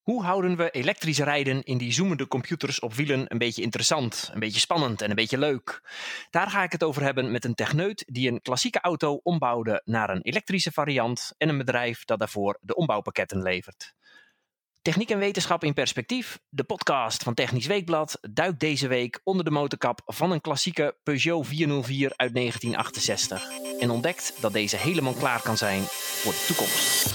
Hoe houden we elektrisch rijden in die zoemende computers op wielen een beetje interessant, een beetje spannend en een beetje leuk? Daar ga ik het over hebben met een techneut die een klassieke auto ombouwde naar een elektrische variant en een bedrijf dat daarvoor de ombouwpakketten levert. Techniek en wetenschap in perspectief, de podcast van Technisch Weekblad, duikt deze week onder de motorkap van een klassieke Peugeot 404 uit 1968 en ontdekt dat deze helemaal klaar kan zijn voor de toekomst.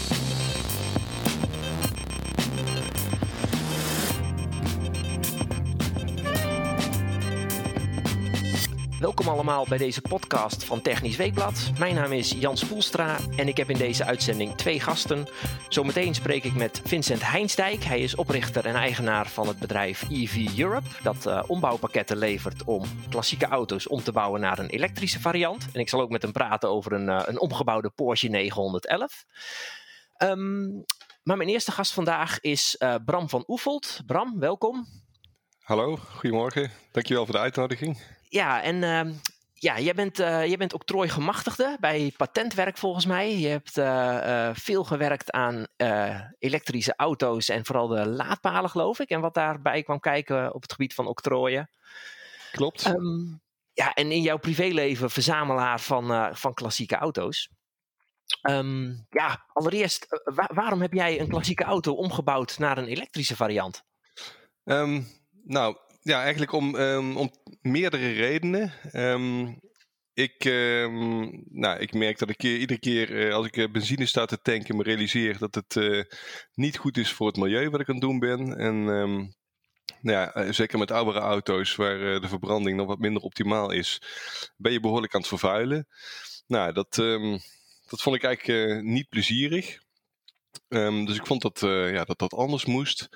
Welkom allemaal bij deze podcast van Technisch Weekblad. Mijn naam is Jan Spoelstra en ik heb in deze uitzending 2 gasten. Zometeen spreek ik met Vincent Heinsdijk. Hij is oprichter en eigenaar van het bedrijf EV Europe, dat ombouwpakketten levert om klassieke auto's om te bouwen naar een elektrische variant. En ik zal ook met hem praten over een omgebouwde Porsche 911. Maar mijn eerste gast vandaag is Bram van Oefeld. Bram, welkom. Hallo, goedemorgen. Dankjewel voor de uitnodiging. Ja, en jij bent octrooigemachtigde bij Patentwerk volgens mij. Je hebt veel gewerkt aan elektrische auto's en vooral de laadpalen, geloof ik. En wat daarbij kwam kijken op het gebied van octrooien. Klopt. En in jouw privéleven verzamelaar van klassieke auto's. Allereerst, waarom heb jij een klassieke auto omgebouwd naar een elektrische variant? Eigenlijk om meerdere redenen. Ik merk dat ik iedere keer als ik benzine sta te tanken me realiseer dat het niet goed is voor het milieu wat ik aan het doen ben. En zeker met oudere auto's waar de verbranding nog wat minder optimaal is, ben je behoorlijk aan het vervuilen. Nou, dat vond ik eigenlijk niet plezierig. Dus ik vond dat anders moest.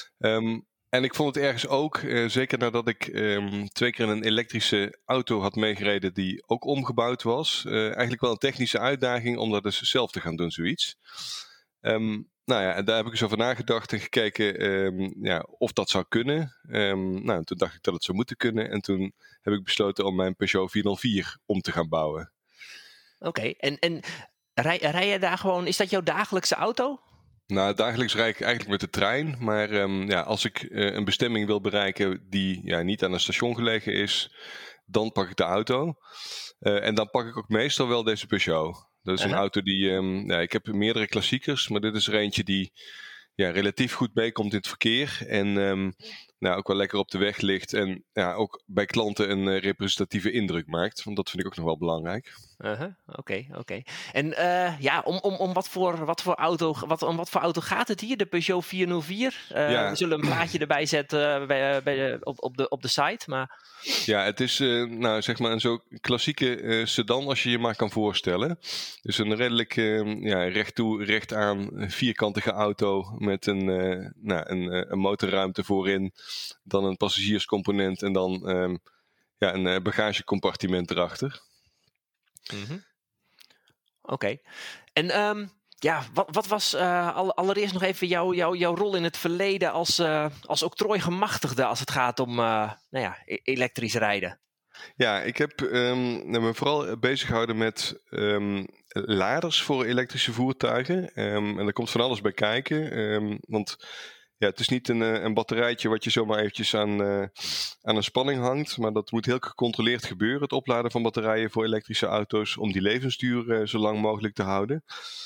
En ik vond het ergens ook, zeker nadat ik 2 keer in een elektrische auto had meegereden die ook omgebouwd was, eigenlijk wel een technische uitdaging om dat dus zelf te gaan doen, zoiets. En daar heb ik eens over nagedacht en gekeken of dat zou kunnen. Toen dacht ik dat het zou moeten kunnen en toen heb ik besloten om mijn Peugeot 404 om te gaan bouwen. Oké, en rij je daar gewoon, is dat jouw dagelijkse auto? Nou, dagelijks rijd ik eigenlijk met de trein. Maar als ik een bestemming wil bereiken die niet aan een station gelegen is, dan pak ik de auto. En dan pak ik ook meestal wel deze Peugeot. Dat is een auto die... ik heb meerdere klassiekers, maar dit is er eentje die relatief goed meekomt in het verkeer. En ook wel lekker op de weg ligt. En ook bij klanten een representatieve indruk maakt. Want dat vind ik ook nog wel belangrijk. Oké. En om wat voor auto gaat het hier? De Peugeot 404? We zullen een plaatje erbij zetten op de site. Maar... Ja, het is een zo klassieke sedan als je je maar kan voorstellen. Dus een redelijk recht toe, recht aan vierkantige auto met een motorruimte voorin. Dan een passagierscomponent en dan een bagagecompartiment erachter. Mm-hmm. Oké. En wat was allereerst nog even jouw rol in het verleden als octrooigemachtigde als het gaat om elektrisch rijden? Ja, ik heb me vooral bezig gehouden met laders voor elektrische voertuigen. En er komt van alles bij kijken. Want het is niet een batterijtje wat je zomaar eventjes aan een spanning hangt. Maar dat moet heel gecontroleerd gebeuren. Het opladen van batterijen voor elektrische auto's om die levensduur zo lang mogelijk te houden.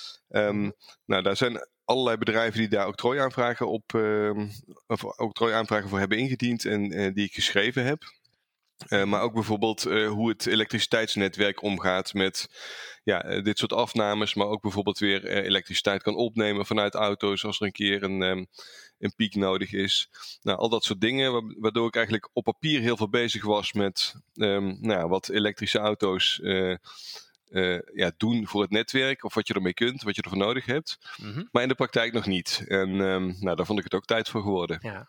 Daar zijn allerlei bedrijven die daar octrooiaanvragen voor hebben ingediend en die ik geschreven heb. Maar ook bijvoorbeeld hoe het elektriciteitsnetwerk omgaat met dit soort afnames. Maar ook bijvoorbeeld weer elektriciteit kan opnemen vanuit auto's als er een keer een piek nodig is. Nou, al dat soort dingen, waardoor ik eigenlijk op papier heel veel bezig was met wat elektrische auto's doen voor het netwerk. Of wat je ermee kunt, wat je ervoor nodig hebt. Mm-hmm. Maar in de praktijk nog niet. En daar vond ik het ook tijd voor geworden. Ja.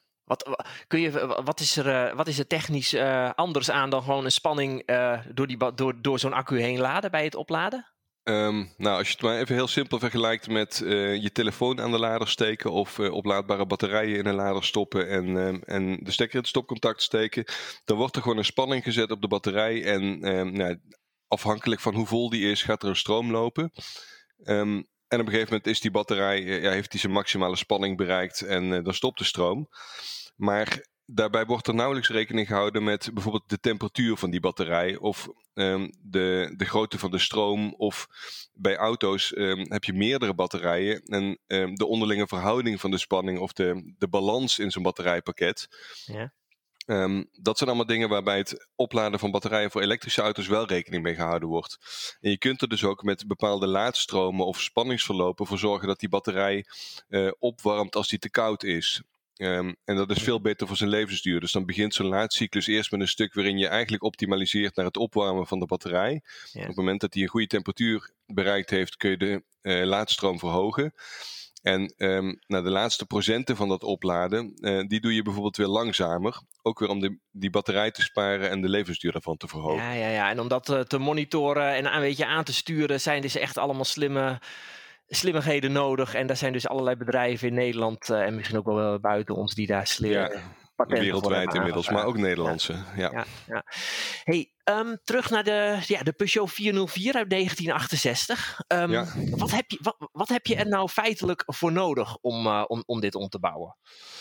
Wat is er technisch anders aan dan gewoon een spanning door zo'n accu heen laden bij het opladen? Als je het maar even heel simpel vergelijkt met je telefoon aan de lader steken of oplaadbare batterijen in een lader stoppen en de stekker in het stopcontact steken, dan wordt er gewoon een spanning gezet op de batterij en afhankelijk van hoe vol die is gaat er een stroom lopen. En op een gegeven moment is die batterij, heeft die zijn maximale spanning bereikt en dan stopt de stroom. Maar daarbij wordt er nauwelijks rekening gehouden met bijvoorbeeld de temperatuur van die batterij of de grootte van de stroom. Of bij auto's heb je meerdere batterijen en de onderlinge verhouding van de spanning of de balans in zo'n batterijpakket. Ja. Dat zijn allemaal dingen waarbij het opladen van batterijen voor elektrische auto's wel rekening mee gehouden wordt. En je kunt er dus ook met bepaalde laadstromen of spanningsverlopen voor zorgen dat die batterij opwarmt als die te koud is. En dat is veel beter voor zijn levensduur. Dus dan begint zo'n laadcyclus eerst met een stuk waarin je eigenlijk optimaliseert naar het opwarmen van de batterij. Ja. Op het moment dat die een goede temperatuur bereikt heeft, kun je de laadstroom verhogen. En de laatste procenten van dat opladen, die doe je bijvoorbeeld weer langzamer. Ook weer om die batterij te sparen en de levensduur daarvan te verhogen. Ja. En om dat te monitoren en een beetje aan te sturen, zijn dus echt allemaal slimmigheden nodig. En daar zijn dus allerlei bedrijven in Nederland en misschien ook wel buiten ons die daar patenten wereldwijd inmiddels, maar ook Nederlandse. Ja. Hey, terug naar de Peugeot 404 uit 1968. Wat heb je er nou feitelijk voor nodig om dit om te bouwen?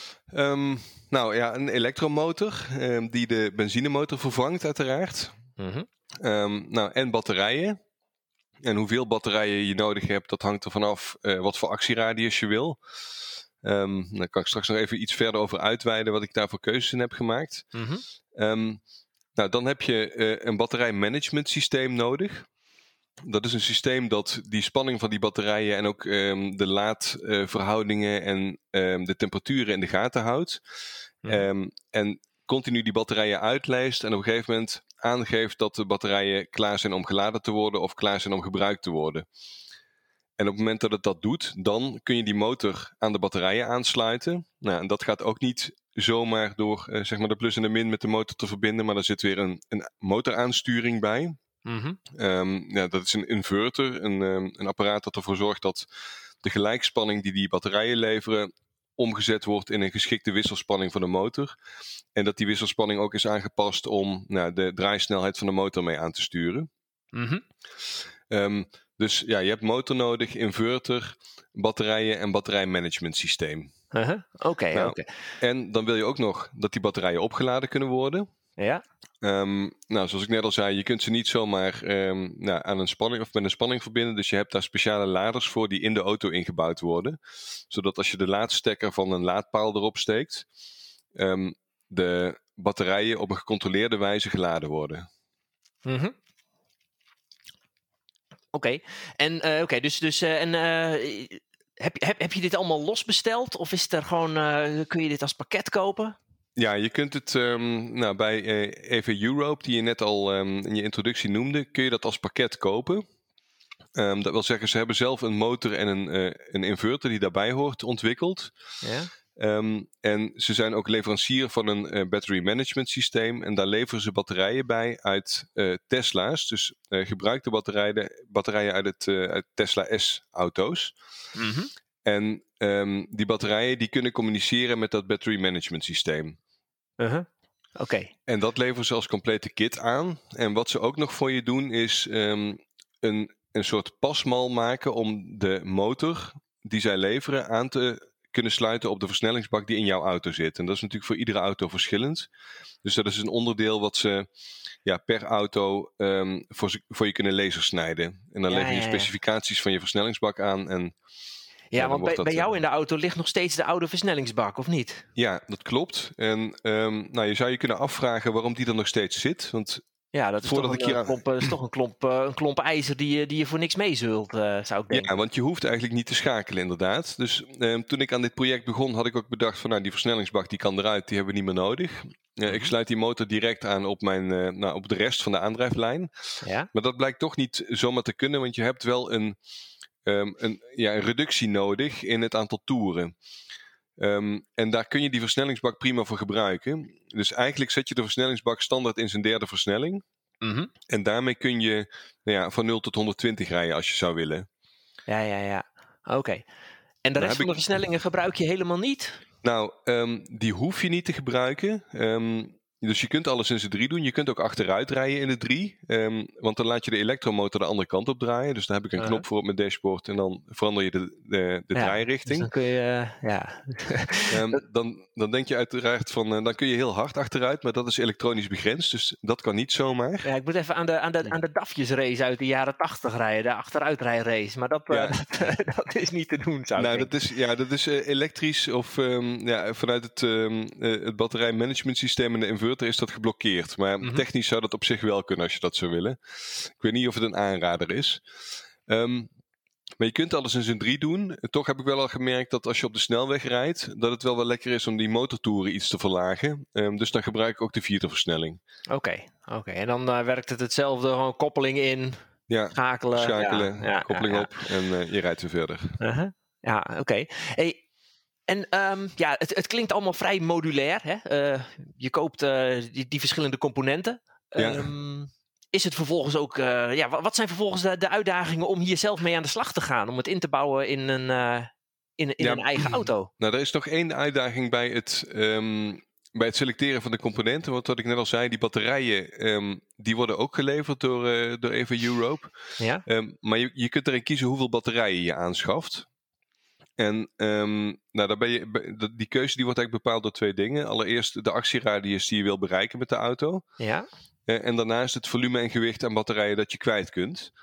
Een elektromotor die de benzinemotor vervangt uiteraard. En batterijen. En hoeveel batterijen je nodig hebt, dat hangt er vanaf wat voor actieradius je wil. Daar kan ik straks nog even iets verder over uitweiden wat ik daar voor keuzes in heb gemaakt. Dan heb je een batterijmanagement systeem nodig. Dat is een systeem dat die spanning van die batterijen en ook de laadverhoudingen en de temperaturen in de gaten houdt. En continu die batterijen uitlijst en op een gegeven moment aangeeft dat de batterijen klaar zijn om geladen te worden of klaar zijn om gebruikt te worden. En op het moment dat het dat doet, dan kun je die motor aan de batterijen aansluiten. En dat gaat ook niet zomaar door de plus en de min met de motor te verbinden, maar er zit weer een motoraansturing bij. Dat is een inverter, een apparaat dat ervoor zorgt dat de gelijkspanning die batterijen leveren omgezet wordt in een geschikte wisselspanning van de motor. En dat die wisselspanning ook is aangepast om de draaisnelheid van de motor mee aan te sturen. Dus je hebt motor nodig, inverter, batterijen en batterijmanagement systeem. Oké. En dan wil je ook nog dat die batterijen opgeladen kunnen worden. Ja. Zoals ik net al zei, je kunt ze niet zomaar aan een spanning of met een spanning verbinden. Dus je hebt daar speciale laders voor die in de auto ingebouwd worden. Zodat als je de laadstekker van een laadpaal erop steekt, de batterijen op een gecontroleerde wijze geladen worden. Oké. Heb je dit allemaal los besteld? Of is het er gewoon, kun je dit als pakket kopen? Ja, je kunt het bij EV Europe, die je net al in je introductie noemde, kun je dat als pakket kopen. Dat wil zeggen, ze hebben zelf een motor en een inverter die daarbij hoort ontwikkeld. Ja. En ze zijn ook leverancier van een battery management systeem. En daar leveren ze batterijen bij uit Tesla's. Dus gebruikte batterijen uit Tesla S-auto's. En die batterijen die kunnen communiceren met dat battery management systeem. Oké. En dat leveren ze als complete kit aan. En wat ze ook nog voor je doen is een soort pasmal maken om de motor die zij leveren aan te kunnen sluiten op de versnellingsbak die in jouw auto zit. En dat is natuurlijk voor iedere auto verschillend. Dus dat is een onderdeel wat ze per auto voor je kunnen lasersnijden. En dan lever je specificaties van je versnellingsbak aan. En want bij jou in de auto ligt nog steeds de oude versnellingsbak, of niet? Ja, dat klopt. En je zou je kunnen afvragen waarom die er nog steeds zit. Want dat is toch een klomp ijzer die je voor niks meezult, zou ik denken. Ja, want je hoeft eigenlijk niet te schakelen inderdaad. Dus toen ik aan dit project begon, had ik ook bedacht van die versnellingsbak die kan eruit, die hebben we niet meer nodig. Ik sluit die motor direct aan op op de rest van de aandrijflijn. Ja? Maar dat blijkt toch niet zomaar te kunnen, want je hebt wel een reductie nodig in het aantal toeren. En daar kun je die versnellingsbak prima voor gebruiken. Dus eigenlijk zet je de versnellingsbak standaard in zijn derde versnelling. En daarmee kun je van 0 tot 120 rijden als je zou willen. Ja. Oké. En de rest van de versnellingen gebruik je helemaal niet? Nou, die hoef je niet te gebruiken. Dus je kunt alles in z'n 3 doen. Je kunt ook achteruit rijden in de 3. Want dan laat je de elektromotor de andere kant op draaien. Dus daar heb ik een knop voor op mijn dashboard. En dan verander je de draairichting. Dus dan kun je, Dan denk je uiteraard van... dan kun je heel hard achteruit. Maar dat is elektronisch begrensd. Dus dat kan niet zomaar. Ja, ik moet even aan de DAFjes-race uit de jaren 80 rijden. De achteruitrijrace. Maar dat is niet te doen, zou ik denken. Dat is elektrisch of vanuit het batterijmanagementsysteem en de inverter is dat geblokkeerd. Maar technisch zou dat op zich wel kunnen als je dat zou willen. Ik weet niet of het een aanrader is. Maar je kunt alles in z'n 3 doen. Toch heb ik wel al gemerkt dat als je op de snelweg rijdt, dat het wel lekker is om die motortoeren iets te verlagen. Dus dan gebruik ik ook de 4e versnelling. Oké. En dan werkt het hetzelfde, gewoon koppeling in, schakelen, koppeling op en je rijdt weer verder. Ja, oké. Hey, en het klinkt allemaal vrij modulair. Hè? Je koopt die verschillende componenten. Is het vervolgens ook... wat zijn vervolgens de uitdagingen om hier zelf mee aan de slag te gaan? Om het in te bouwen in een eigen auto? Nou, er is nog 1 uitdaging bij het selecteren van de componenten. Want wat ik net al zei, die batterijen die worden ook geleverd door EVA Europe. Ja? Maar je kunt erin kiezen hoeveel batterijen je aanschaft. En die keuze die wordt eigenlijk bepaald door 2 dingen. Allereerst de actieradius die je wil bereiken met de auto. Ja. En daarnaast het volume en gewicht aan batterijen dat je kwijt kunt.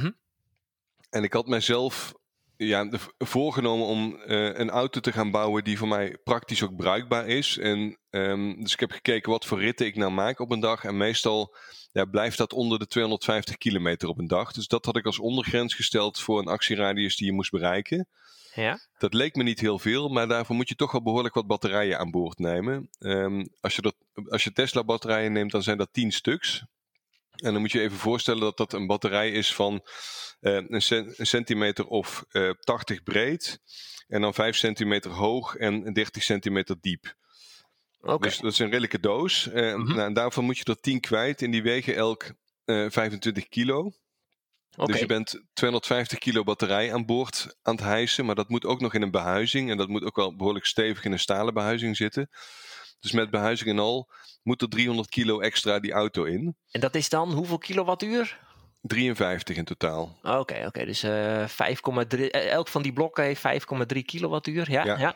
En ik had mijzelf voorgenomen om een auto te gaan bouwen die voor mij praktisch ook bruikbaar is. En dus ik heb gekeken wat voor ritten ik nou maak op een dag. En meestal blijft dat onder de 250 kilometer op een dag. Dus dat had ik als ondergrens gesteld voor een actieradius die je moest bereiken. Ja. Dat leek me niet heel veel, maar daarvoor moet je toch wel behoorlijk wat batterijen aan boord nemen. Als je Tesla batterijen neemt, dan zijn dat 10 stuks. En dan moet je even voorstellen dat dat een batterij is van een centimeter of 80 breed. En dan 5 centimeter hoog en 30 centimeter diep. Okay. Dus dat is een redelijke doos. En daarvan moet je er 10 kwijt en die wegen elk 25 kilo. Okay. Dus je bent 250 kilo batterij aan boord aan het hijsen. Maar dat moet ook nog in een behuizing. En dat moet ook wel behoorlijk stevig in een stalen behuizing zitten. Dus met behuizing en al moet er 300 kilo extra die auto in. En dat is dan hoeveel kilowattuur? 53 in totaal. Oké. Dus 5,3. Elk van die blokken heeft 5,3 kilowattuur.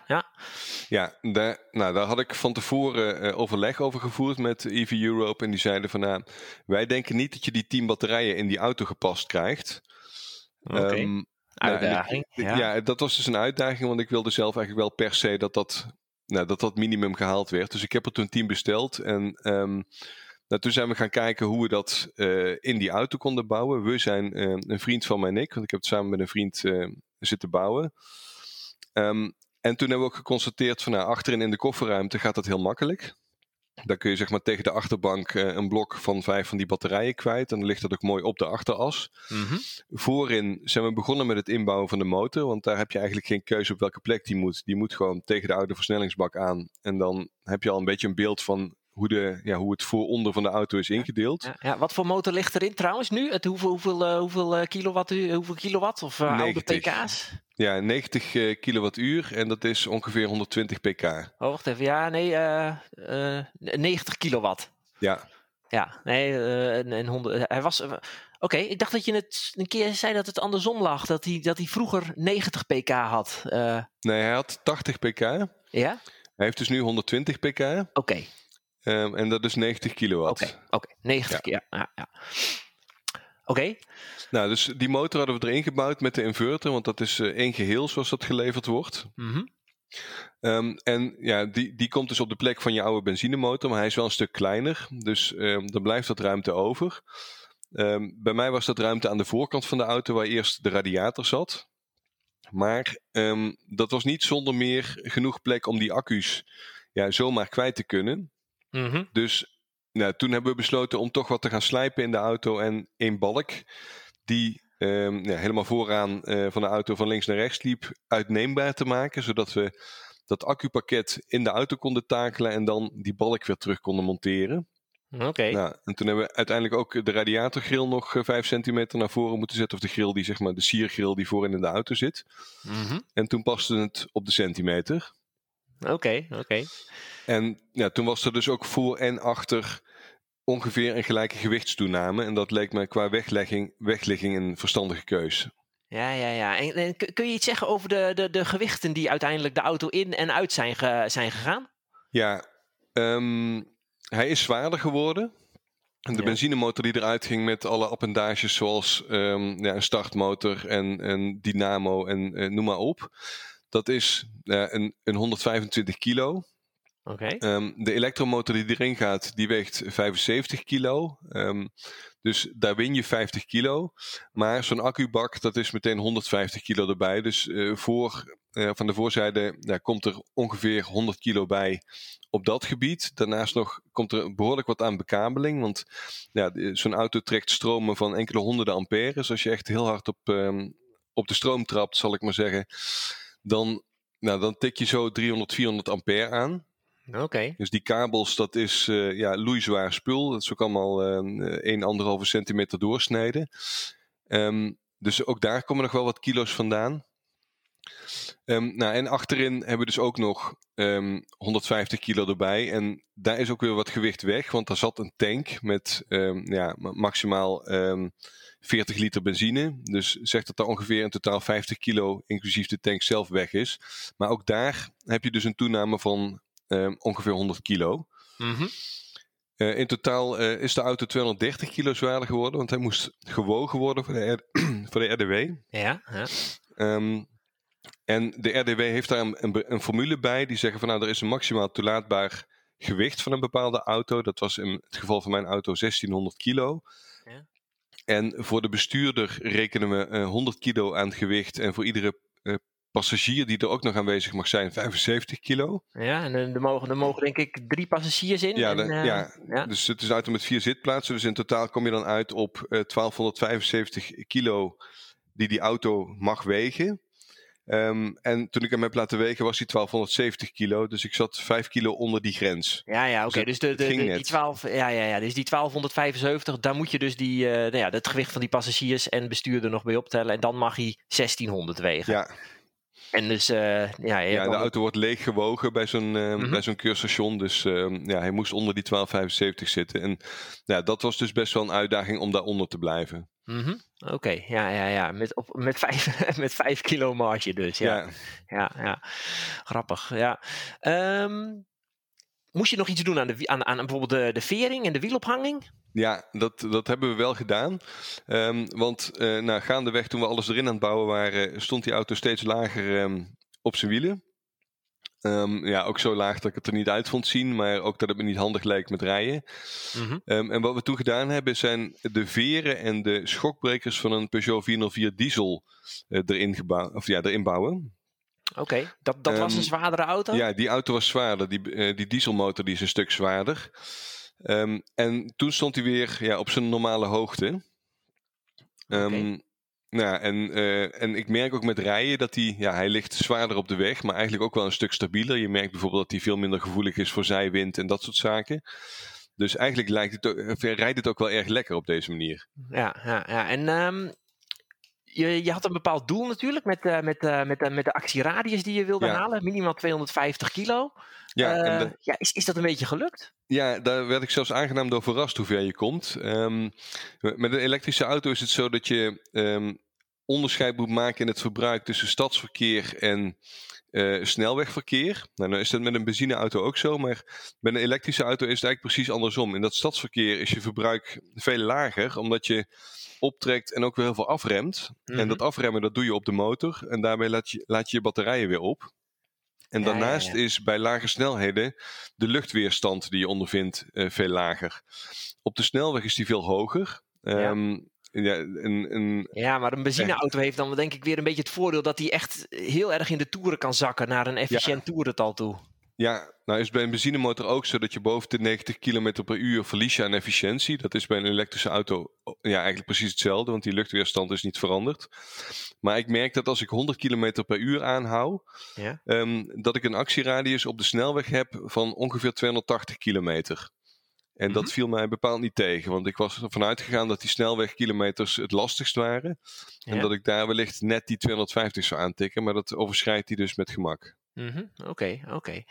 Ja, daar had ik van tevoren overleg over gevoerd met EV Europe. En die zeiden van, wij denken niet dat je die 10 batterijen in die auto gepast krijgt. Oké. Uitdaging. Dat was dus een uitdaging, want ik wilde zelf eigenlijk wel per se dat minimum gehaald werd. Dus ik heb er toen 10 besteld. En toen zijn we gaan kijken hoe we dat in die auto konden bouwen. We zijn een vriend van mij en ik, want ik heb het samen met een vriend zitten bouwen. En toen hebben we ook geconstateerd van achterin in de kofferruimte gaat dat heel makkelijk. Dan kun je zeg maar tegen de achterbank een blok van 5 van die batterijen kwijt. En dan ligt dat ook mooi op de achteras. Voorin zijn we begonnen met het inbouwen van de motor. Want daar heb je eigenlijk geen keuze op welke plek die moet. Die moet gewoon tegen de oude versnellingsbak aan. En dan heb je al een beetje een beeld van hoe het vooronder van de auto is ingedeeld. Ja. Wat voor motor ligt erin trouwens nu? Hoeveel kilowatt of oude pk's? Ja, 90 kilowattuur en dat is ongeveer 120 pk. Oh, wacht even. 90 kilowatt. Ja. Ja, en 100. Hij was... Oké, ik dacht dat je het een keer zei dat het andersom lag. Dat hij vroeger 90 pk had. Nee, hij had 80 pk. Ja? Hij heeft dus nu 120 pk. Oké. En dat is 90 kilowatt. Oké. 90 ja. Oké. Nou, dus die motor hadden we erin gebouwd met de inverter, want dat is één geheel zoals dat geleverd wordt. Die komt dus op de plek van je oude benzinemotor, maar hij is wel een stuk kleiner. Dus er blijft wat ruimte over. Bij mij was dat ruimte aan de voorkant van de auto waar eerst de radiator zat. Maar dat was niet zonder meer genoeg plek om die accu's zomaar kwijt te kunnen. Dus toen hebben we besloten om toch wat te gaan slijpen in de auto en een balk die helemaal vooraan van de auto van links naar rechts liep uitneembaar te maken, zodat we dat accupakket in de auto konden takelen en dan die balk weer terug konden monteren. Oké. En toen hebben we uiteindelijk ook de radiatorgril nog 5 centimeter naar voren moeten zetten, of de grill die zeg maar de siergril die voorin in de auto zit. En toen paste het op de centimeter. Oké. En ja, toen was er dus ook voor en achter ongeveer een gelijke gewichtstoename. En dat leek me qua wegligging een verstandige keus. Ja. En kun je iets zeggen over de gewichten die uiteindelijk de auto in en uit zijn gegaan? Ja, hij is zwaarder geworden. De benzinemotor die eruit ging met alle appendages zoals een startmotor en een dynamo en noem maar op. Dat is een 125 kilo. Oké. De elektromotor die erin gaat, die weegt 75 kilo. Dus daar win je 50 kilo. Maar zo'n accubak, dat is meteen 150 kilo erbij. Dus van de voorzijde komt er ongeveer 100 kilo bij op dat gebied. Daarnaast komt er behoorlijk wat aan bekabeling. Want zo'n auto trekt stromen van enkele honderden ampère. Dus als je echt heel hard op de stroom trapt, zal ik maar zeggen, dan tik je zo 300, 400 ampère aan. Oké. Dus die kabels, dat is loeizwaar spul. Dat is ook allemaal 1,5 centimeter doorsneden. Dus ook daar komen nog wel wat kilo's vandaan. En achterin hebben we dus ook nog 150 kilo erbij. En daar is ook weer wat gewicht weg. Want daar zat een tank met maximaal 40 liter benzine. Dus zegt dat er ongeveer in totaal 50 kilo inclusief de tank zelf weg is. Maar ook daar heb je dus een toename van ongeveer 100 kilo. Mm-hmm. In totaal is de auto 230 kilo zwaarder geworden. Want hij moest gewogen worden voor de RDW. Ja. En de RDW heeft daar een formule bij. Die zeggen van er is een maximaal toelaatbaar gewicht van een bepaalde auto. Dat was in het geval van mijn auto 1600 kilo. Ja. En voor de bestuurder rekenen we 100 kilo aan het gewicht. En voor iedere passagier die er ook nog aanwezig mag zijn, 75 kilo. Ja, en er mogen denk ik 3 passagiers in. Ja, dus het is een auto met 4 zitplaatsen. Dus in totaal kom je dan uit op 1275 kilo die auto mag wegen. En toen ik hem heb laten wegen was hij 1270 kilo. Dus ik zat 5 kilo onder die grens. Ja, oké. Dus die 12, dus die 1275, daar moet je dus het gewicht van die passagiers en bestuurder nog bij optellen. En dan mag hij 1600 wegen. Ja. En dus, de auto wordt leeg gewogen bij zo'n keurstation. Dus hij moest onder die 1275 zitten. En dat was dus best wel een uitdaging om daaronder te blijven. Mm-hmm. Oké. Met 5 kilo marge dus. Ja. Grappig. Ja. Moest je nog iets doen aan bijvoorbeeld de vering en de wielophanging? Ja, dat hebben we wel gedaan. Want gaandeweg toen we alles erin aan het bouwen waren, stond die auto steeds lager op zijn wielen. Ook zo laag dat ik het er niet uit vond zien, maar ook dat het me niet handig leek met rijden. Mm-hmm. En wat we toen gedaan hebben, zijn de veren en de schokbrekers van een Peugeot 404 diesel erin bouwen. Oké, dat was een zwaardere auto? Ja, die auto was zwaarder. Die dieselmotor die is een stuk zwaarder. En toen stond hij weer op zijn normale hoogte. En ik merk ook met rijden dat hij ligt zwaarder op de weg, maar eigenlijk ook wel een stuk stabieler. Je merkt bijvoorbeeld dat hij veel minder gevoelig is voor zijwind en dat soort zaken. Dus eigenlijk rijdt het ook wel erg lekker op deze manier. Ja. En je had een bepaald doel natuurlijk met de actieradius die je wilde halen. Minimaal 250 kilo. Ja, is dat een beetje gelukt? Ja, daar werd ik zelfs aangenaam door verrast hoe ver je komt. Met een elektrische auto is het zo dat je onderscheid moet maken in het verbruik tussen stadsverkeer en snelwegverkeer. Nou is dat met een benzineauto ook zo, maar met een elektrische auto is het eigenlijk precies andersom. In dat stadsverkeer is je verbruik veel lager, omdat je optrekt en ook weer heel veel afremt. Mm-hmm. En dat afremmen, dat doe je op de motor. En daarbij laat je batterijen weer op. En daarnaast is bij lage snelheden de luchtweerstand die je ondervindt veel lager. Op de snelweg is die veel hoger. Maar een benzineauto heeft dan denk ik weer een beetje het voordeel dat hij echt heel erg in de toeren kan zakken naar een efficiënt toerental toe. Ja, nou is bij een benzinemotor ook zo dat je boven de 90 km per uur verlies je aan efficiëntie. Dat is bij een elektrische auto eigenlijk precies hetzelfde, want die luchtweerstand is niet veranderd. Maar ik merk dat als ik 100 km per uur aanhoud, dat ik een actieradius op de snelweg heb van ongeveer 280 kilometer. En dat viel mij bepaald niet tegen, want ik was ervan uitgegaan dat die snelwegkilometers het lastigst waren. En dat ik daar wellicht net die 250 zou aantikken, maar dat overschrijdt die dus met gemak. Oké.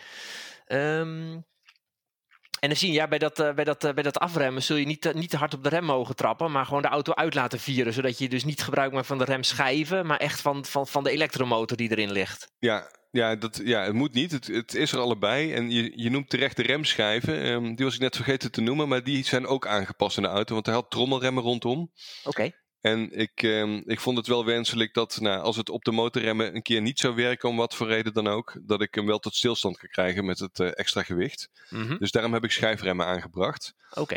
En dan zie je, bij dat afremmen zul je niet te hard op de rem mogen trappen, maar gewoon de auto uit laten vieren, zodat je dus niet gebruik maakt van de remschijven, maar echt van de elektromotor die erin ligt. Het moet niet. Het is er allebei. En je noemt terecht de remschijven. Die was ik net vergeten te noemen, maar die zijn ook aangepast in de auto, want hij had trommelremmen rondom. Oké. En ik vond het wel wenselijk dat als het op de motorremmen een keer niet zou werken, om wat voor reden dan ook, dat ik hem wel tot stilstand kan krijgen met het extra gewicht. Dus daarom heb ik schijfremmen aangebracht. Oké.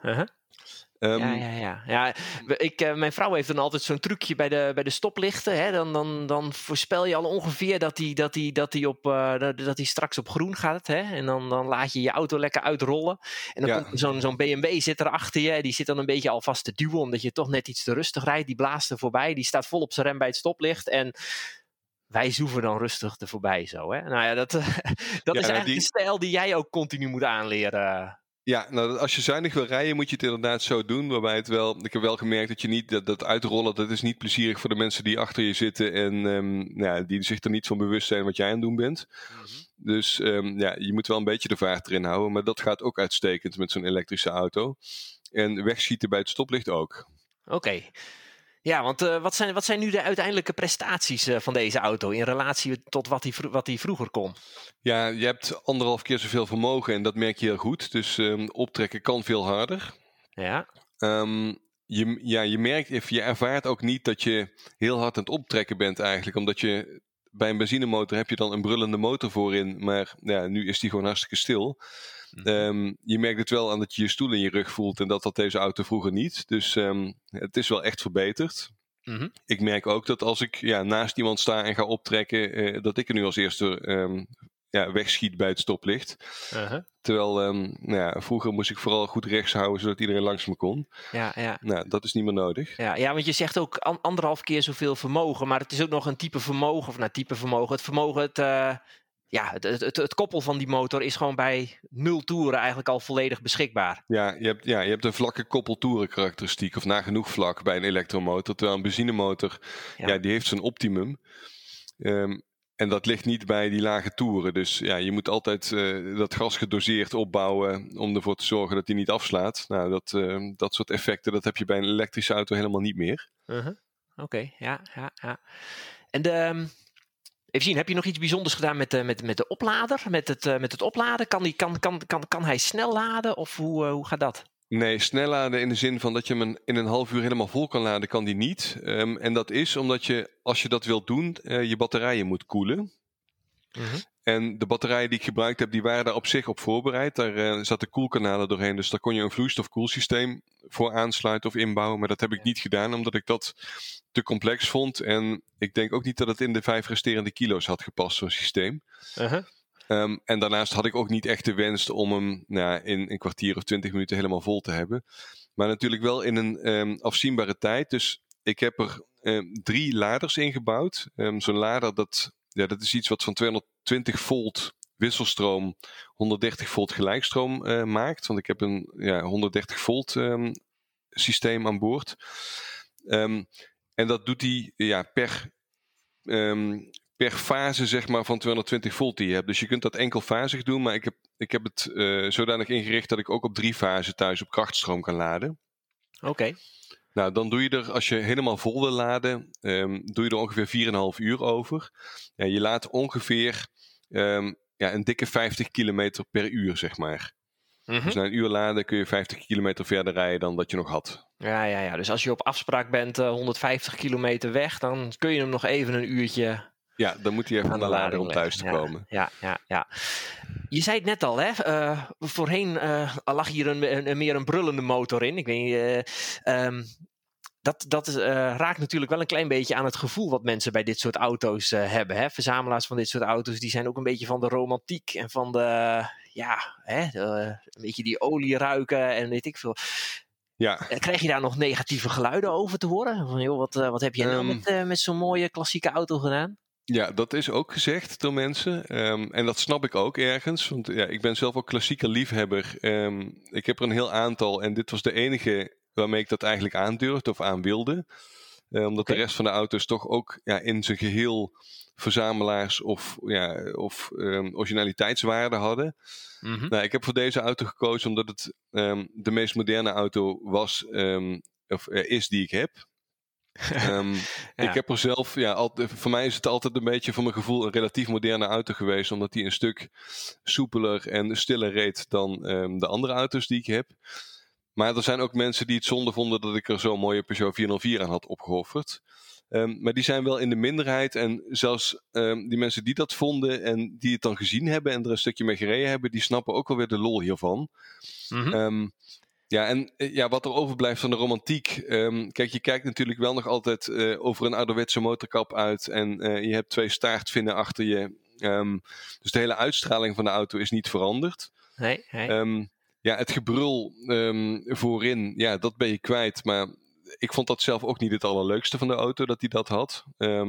Ja. Mijn vrouw heeft dan altijd zo'n trucje bij de stoplichten. Hè? Dan voorspel je al ongeveer dat hij straks op groen gaat. Hè? En dan laat je auto lekker uitrollen. En dan komt er zo'n BMW zit er achter je. Die zit dan een beetje alvast te duwen, omdat je toch net iets te rustig rijdt. Die blaast er voorbij. Die staat vol op zijn rem bij het stoplicht. En wij zoeven dan rustig er voorbij zo. Hè? Nou ja, dat is eigenlijk de stijl die jij ook continu moet aanleren. Ja, nou, als je zuinig wil rijden, moet je het inderdaad zo doen. Waarbij ik heb wel gemerkt dat je niet dat uitrollen, dat is niet plezierig voor de mensen die achter je zitten en die zich er niet van bewust zijn wat jij aan het doen bent. Dus je moet wel een beetje de vaart erin houden. Maar dat gaat ook uitstekend met zo'n elektrische auto. En wegschieten bij het stoplicht ook. Oké. Ja, want wat zijn nu de uiteindelijke prestaties van deze auto in relatie tot wat hij vroeger kon? Ja, je hebt 1,5 keer zoveel vermogen en dat merk je heel goed. Dus optrekken kan veel harder. Ja. Je merkt, je ervaart ook niet dat je heel hard aan het optrekken bent eigenlijk. Omdat je bij een benzinemotor heb je dan een brullende motor voorin. Maar nu is die gewoon hartstikke stil. Je merkt het wel aan dat je je stoel in je rug voelt en dat deze auto vroeger niet. Dus het is wel echt verbeterd. Ik merk ook dat als ik naast iemand sta en ga optrekken, dat ik er nu als eerste wegschiet bij het stoplicht. Terwijl vroeger moest ik vooral goed rechts houden zodat iedereen langs me kon. Ja. Nou, dat is niet meer nodig. Ja, want je zegt ook 1,5 keer zoveel vermogen, maar het is ook nog een type vermogen, het vermogen, het koppel van die motor is gewoon bij 0 toeren eigenlijk al volledig beschikbaar. Ja, je hebt een vlakke koppeltoeren karakteristiek, of nagenoeg vlak bij een elektromotor. Terwijl een benzinemotor, die heeft zijn optimum. En dat ligt niet bij die lage toeren. Dus je moet altijd dat gas gedoseerd opbouwen om ervoor te zorgen dat die niet afslaat. Nou, dat soort effecten, dat heb je bij een elektrische auto helemaal niet meer. Oké, ja. En even zien, heb je nog iets bijzonders gedaan met de oplader? Met het opladen? Kan hij snel laden of hoe gaat dat? Nee, snel laden in de zin van dat je hem in een half uur helemaal vol kan laden, kan die niet. En dat is omdat je, als je dat wilt doen, je batterijen moet koelen. En de batterijen die ik gebruikt heb, die waren daar op zich op voorbereid. Daar zaten koelkanalen doorheen, dus daar kon je een vloeistofkoelsysteem voor aansluiten of inbouwen. Maar dat heb ik niet gedaan, omdat ik dat te complex vond. En ik denk ook niet dat het in de 5 resterende kilo's had gepast, zo'n systeem. En daarnaast had ik ook niet echt de wens om hem in een kwartier of 20 minuten helemaal vol te hebben. Maar natuurlijk wel in een afzienbare tijd. Dus ik heb er 3 laders ingebouwd. Zo'n lader, dat is iets wat van 220 volt wisselstroom 130 volt gelijkstroom maakt. Want ik heb een 130 volt systeem aan boord. En dat doet hij per fase zeg maar van 220 volt die je hebt. Dus je kunt dat enkelfazig doen, maar ik heb het zodanig ingericht dat ik ook op 3 fasen thuis op krachtstroom kan laden. Oké. Nou, dan doe je er, als je helemaal vol wil laden, doe je er ongeveer 4,5 uur over. Je laat ongeveer een dikke 50 kilometer per uur, zeg maar. Dus na een uur laden kun je 50 kilometer verder rijden dan dat je nog had. Ja. Dus als je op afspraak bent 150 kilometer weg, dan kun je hem nog even een uurtje... Ja, dan moet hij even aan de lader om thuis te komen. Ja. Je zei het net al, hè? Voorheen lag hier meer een brullende motor in. Ik weet niet... Dat raakt natuurlijk wel een klein beetje aan het gevoel wat mensen bij dit soort auto's hebben. Hè? Verzamelaars van dit soort auto's, die zijn ook een beetje van de romantiek en van een beetje die olie ruiken en weet ik veel. Ja. Krijg je daar nog negatieve geluiden over te horen? Van, joh, wat heb jij nou met zo'n mooie klassieke auto gedaan? Ja, dat is ook gezegd door mensen. En dat snap ik ook ergens. Want ik ben zelf ook klassieke liefhebber. Ik heb er een heel aantal en dit was de enige waarmee ik dat eigenlijk aandurfde of aan wilde. Omdat de rest van de auto's toch ook in zijn geheel verzamelaars of originaliteitswaarde hadden. Mhm. Nou, ik heb voor deze auto gekozen omdat het de meest moderne auto was is die ik heb. Ik heb er zelf, voor mij is het altijd een beetje voor mijn gevoel een relatief moderne auto geweest, omdat die een stuk soepeler en stiller reed dan de andere auto's die ik heb. Maar er zijn ook mensen die het zonde vonden dat ik er zo'n mooie Peugeot 404 aan had opgeofferd. Maar die zijn wel in de minderheid. En zelfs die mensen die dat vonden en die het dan gezien hebben en er een stukje mee gereden hebben, die snappen ook wel weer de lol hiervan. Mhm. Wat er overblijft van de romantiek. Kijk, je kijkt natuurlijk wel nog altijd over een ouderwetse motorkap uit. En je hebt 2 staartvinnen achter je. Dus de hele uitstraling van de auto is niet veranderd. Nee. Het gebrul voorin, dat ben je kwijt. Maar ik vond dat zelf ook niet het allerleukste van de auto, dat hij dat had.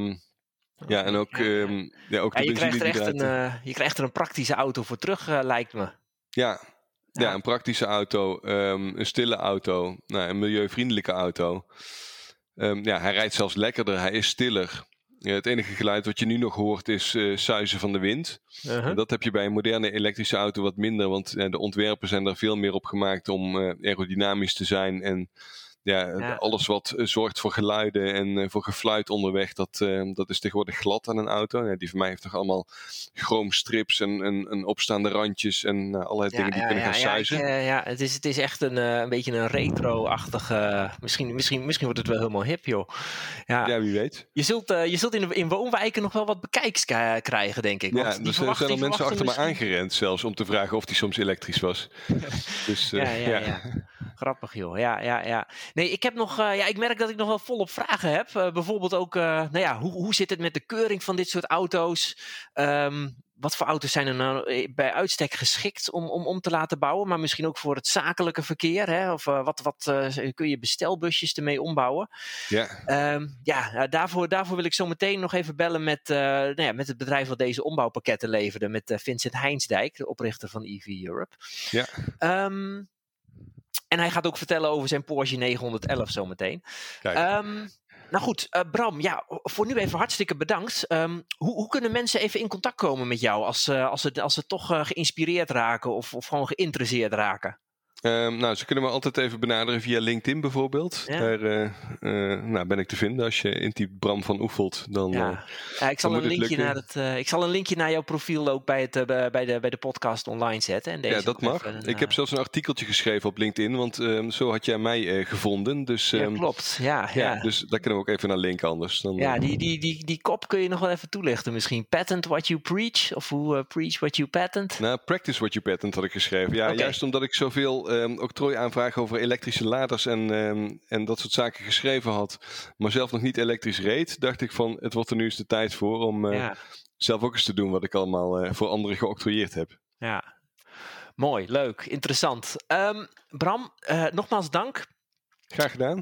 En ook, ook de je benzine je krijgt er een praktische auto voor terug, lijkt me. Ja, een praktische auto, een stille auto, een milieuvriendelijke auto. Hij rijdt zelfs lekkerder, hij is stiller. Het enige geluid wat je nu nog hoort is suizen van de wind. Uh-huh. Dat heb je bij een moderne elektrische auto wat minder, want de ontwerpen zijn er veel meer op gemaakt om aerodynamisch te zijn. En alles wat zorgt voor geluiden en voor gefluit onderweg, dat is tegenwoordig glad aan een auto. Die van mij heeft toch allemaal chroomstrips en opstaande randjes en allerlei dingen die kunnen gaan suizen. Het is echt een beetje een retro-achtige. Misschien wordt het wel helemaal hip, joh. Ja, wie weet. Je zult in woonwijken nog wel wat bekijks krijgen, denk ik. Ja, er zijn al mensen achter me aangerend zelfs om te vragen of die soms elektrisch was. Dus, Grappig, joh. Ja. Nee, ik heb nog. Ik merk dat ik nog wel volop vragen heb. Bijvoorbeeld ook. Hoe zit het met de keuring van dit soort auto's? Wat voor auto's zijn er nou bij uitstek geschikt om te laten bouwen? Maar misschien ook voor het zakelijke verkeer. Hè? Of wat kun je bestelbusjes ermee ombouwen? Ja. Daarvoor wil ik zo meteen nog even bellen met het bedrijf dat deze ombouwpakketten leverde. Met Vincent Heinsdijk, de oprichter van EV Europe. Ja. En hij gaat ook vertellen over zijn Porsche 911 zometeen. Nou goed, Bram, voor nu even hartstikke bedankt. Hoe kunnen mensen even in contact komen met jou als ze toch geïnspireerd raken of gewoon geïnteresseerd raken? Ze kunnen me altijd even benaderen via LinkedIn bijvoorbeeld. Ja. Daar ben ik te vinden. Als je intypt Bram van Oefelt, dan ik zal een linkje naar jouw profiel ook bij de podcast online zetten. En deze dat mag. Ik heb zelfs een artikeltje geschreven op LinkedIn, want zo had jij mij gevonden. Dus, klopt. Dus daar kunnen we ook even naar linken anders. Dan, die kop kun je nog wel even toelichten misschien. Patent what you preach, of hoe preach what you patent? Nou, practice what you patent had ik geschreven. Ja, okay. Juist omdat ik zoveel octrooiaanvragen over elektrische laders en dat soort zaken geschreven had, maar zelf nog niet elektrisch reed, dacht ik van, het wordt er nu eens de tijd voor om zelf ook eens te doen wat ik allemaal voor anderen geoctrooieerd heb. Ja, mooi, leuk, interessant. Bram, nogmaals dank. Graag gedaan.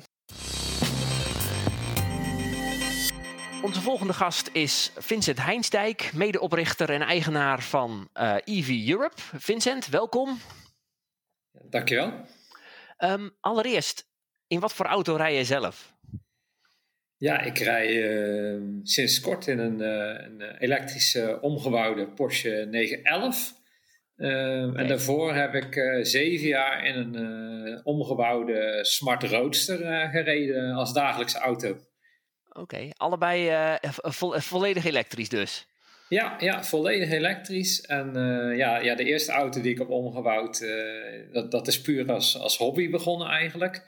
Onze volgende gast is Vincent Heinsdijk, medeoprichter en eigenaar van EV Europe. Vincent, welkom. Dankjewel. Allereerst, in wat voor auto rij jij zelf? Ja, ik rij sinds kort in een elektrische omgebouwde Porsche 911. En daarvoor heb ik 7 jaar in een omgebouwde Smart Roadster gereden als dagelijkse auto. Oké, allebei volledig elektrisch dus? Ja, volledig elektrisch. En de eerste auto die ik heb omgebouwd, dat is puur als hobby begonnen eigenlijk.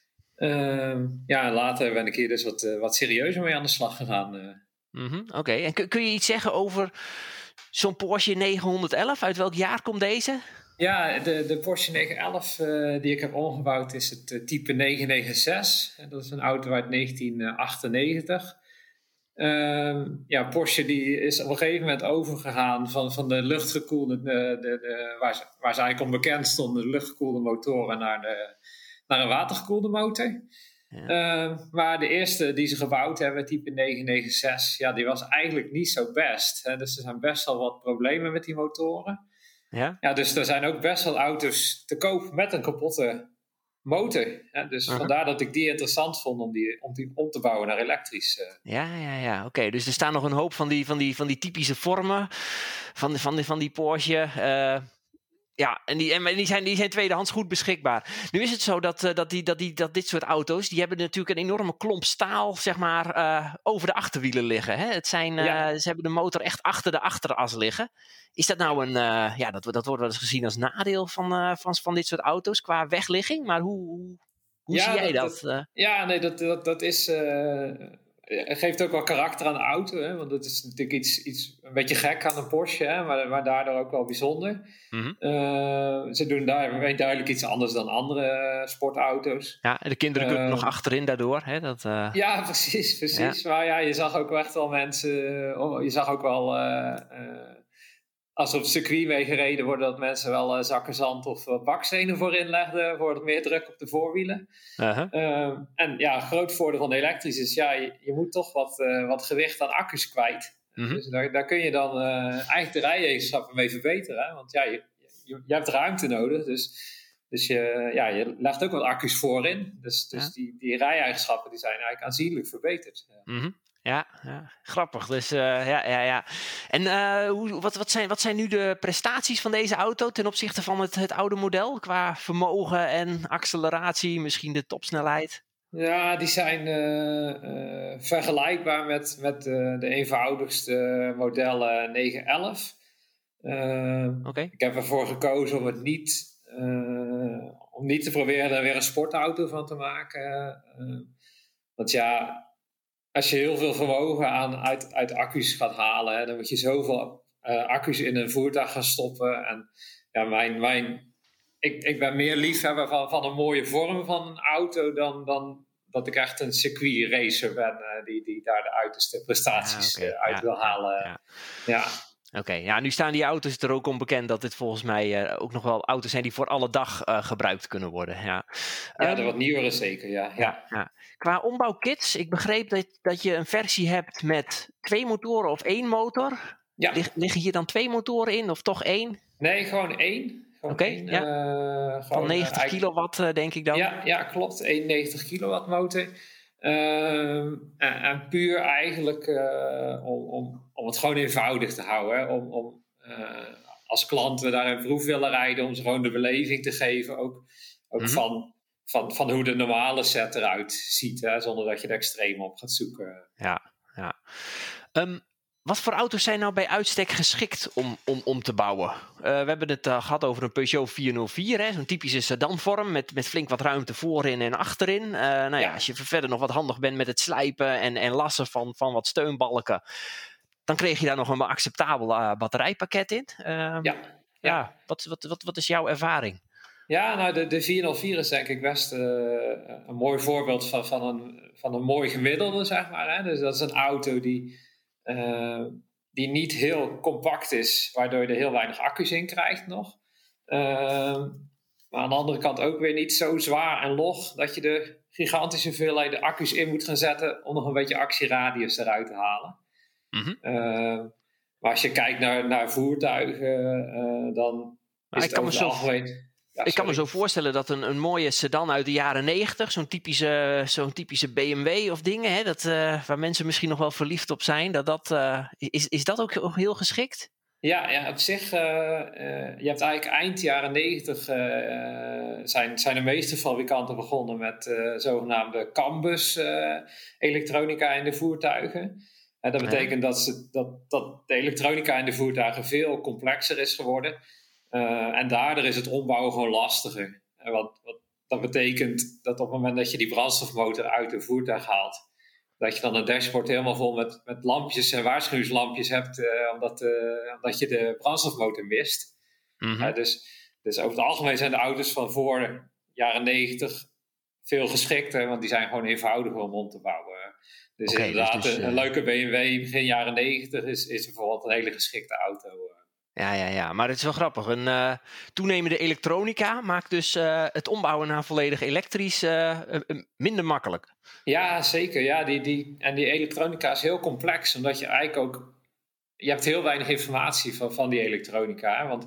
Later ben ik hier dus wat serieuzer mee aan de slag gegaan. Oké, en kun je iets zeggen over zo'n Porsche 911? Uit welk jaar komt deze? Ja, de Porsche 911 die ik heb omgebouwd is het type 996. Dat is een auto uit 1998. Porsche die is op een gegeven moment overgegaan van de luchtgekoelde, waar ze eigenlijk onbekend stonden, de luchtgekoelde motoren naar een watergekoelde motor. Ja. Maar de eerste die ze gebouwd hebben, type 996, die was eigenlijk niet zo best. Hè? Dus er zijn best wel wat problemen met die motoren. Ja, dus er zijn ook best wel auto's te koop met een kapotte motor. Hè? Dus vandaar dat ik die interessant vond om die om te bouwen naar elektrisch. Ja. Oké, dus er staan nog een hoop van die typische vormen van die Porsche. Ja, maar die zijn tweedehands goed beschikbaar. Nu is het zo dat dit soort auto's, die hebben natuurlijk een enorme klomp staal, zeg maar, over de achterwielen liggen. Hè? Ze hebben de motor echt achter de achteras liggen. Is dat nou dat wordt wel eens gezien als nadeel van dit soort auto's qua wegligging? Maar hoe zie jij dat? Dat is... Het geeft ook wel karakter aan de auto, hè? Want dat is natuurlijk iets een beetje gek aan een Porsche, hè? Maar daardoor ook wel bijzonder. Mm-hmm. Ze doen daar duidelijk iets anders dan andere sportauto's. Ja, en de kinderen kunnen nog achterin daardoor. Hè? Ja, precies. Ja. Maar ja, je zag ook echt wel mensen... je zag ook wel... als er op het circuit mee gereden worden, dat mensen wel zakken zand of bakstenen voorin legden voor wat meer druk op de voorwielen. Uh-huh. En ja, groot voordeel van de elektrische is, je moet toch wat gewicht aan accu's kwijt. Mm-hmm. Dus daar kun je dan eigenlijk de rijeigenschappen mee verbeteren. Hè? Want je hebt ruimte nodig, dus je legt ook wat accu's voorin. Dus die rijeigenschappen die zijn eigenlijk aanzienlijk verbeterd. Mm-hmm. Ja, grappig. Dus ja. En wat zijn nu de prestaties van deze auto ten opzichte van het oude model? Qua vermogen en acceleratie, misschien de topsnelheid? Ja, die zijn vergelijkbaar met de eenvoudigste modellen 911. Okay. Ik heb ervoor gekozen om het niet te proberen er weer een sportauto van te maken. Want ja... Als je heel veel vermogen uit accu's gaat halen, hè, dan moet je zoveel accu's in een voertuig gaan stoppen. En ja, ik ben meer liefhebber van een mooie vorm van een auto dan dat ik echt een circuit racer ben die daar de uiterste prestaties uit wil halen. Ja. Oké, nu staan die auto's er ook onbekend dat dit volgens mij ook nog wel auto's zijn die voor alle dag gebruikt kunnen worden. Ja, de wat nieuwere zeker, ja. Qua ombouwkits, ik begreep dat je een versie hebt met 2 motoren of 1 motor. Ja. Liggen hier dan 2 motoren in of toch 1? Nee, gewoon 1. Oké. Van 90 kilowatt denk ik dan. Ja, klopt. 91 kilowatt motor. En puur eigenlijk om het gewoon eenvoudig te houden. Hè? Om als klanten daar een proef willen rijden, om ze gewoon de beleving te geven. Ook mm-hmm. van hoe de normale set eruit ziet. Hè? Zonder dat je er extreem op gaat zoeken. Ja. Wat voor auto's zijn nou bij uitstek geschikt om te bouwen? We hebben het gehad over een Peugeot 404, hè? Zo'n typische sedanvorm met flink wat ruimte voorin en achterin. Als je verder nog wat handig bent met het slijpen en lassen van wat steunbalken, dan kreeg je daar nog een acceptabel batterijpakket in. Wat is jouw ervaring? Ja, nou de 404 is denk ik best een mooi voorbeeld van een mooi gemiddelde, zeg maar. Hè? Dus dat is een auto die niet heel compact is, waardoor je er heel weinig accu's in krijgt nog. Maar aan de andere kant ook weer niet zo zwaar en log dat je de gigantische hoeveelheden accu's in moet gaan zetten om nog een beetje actieradius eruit te halen. Mm-hmm. Maar als je kijkt naar voertuigen, dan is het over het algemeen... Ik kan me zo voorstellen dat een mooie sedan uit de jaren 90, zo'n typische BMW of dingen, hè, waar mensen misschien nog wel verliefd op zijn, is dat ook heel geschikt? Ja, op zich, je hebt eigenlijk eind jaren 90 zijn de meeste fabrikanten begonnen met zogenaamde CAN-bus elektronica in de voertuigen. En dat betekent dat de elektronica in de voertuigen veel complexer is geworden. En daardoor is het ombouwen gewoon lastiger. Wat dat betekent dat op het moment dat je die brandstofmotor uit de voertuig haalt, dat je dan een dashboard helemaal vol met lampjes en waarschuwingslampjes hebt, omdat je de brandstofmotor mist. Mm-hmm. Dus over het algemeen zijn de auto's van voor jaren 90 veel geschikter, want die zijn gewoon eenvoudiger om te bouwen. Dus inderdaad, een leuke BMW begin jaren 90 is bijvoorbeeld een hele geschikte auto. Ja, maar het is wel grappig. Een toenemende elektronica maakt dus het ombouwen naar volledig elektrisch minder makkelijk. Ja, zeker. Ja, die elektronica is heel complex, omdat je eigenlijk ook... Je hebt heel weinig informatie van die elektronica. Hè? Want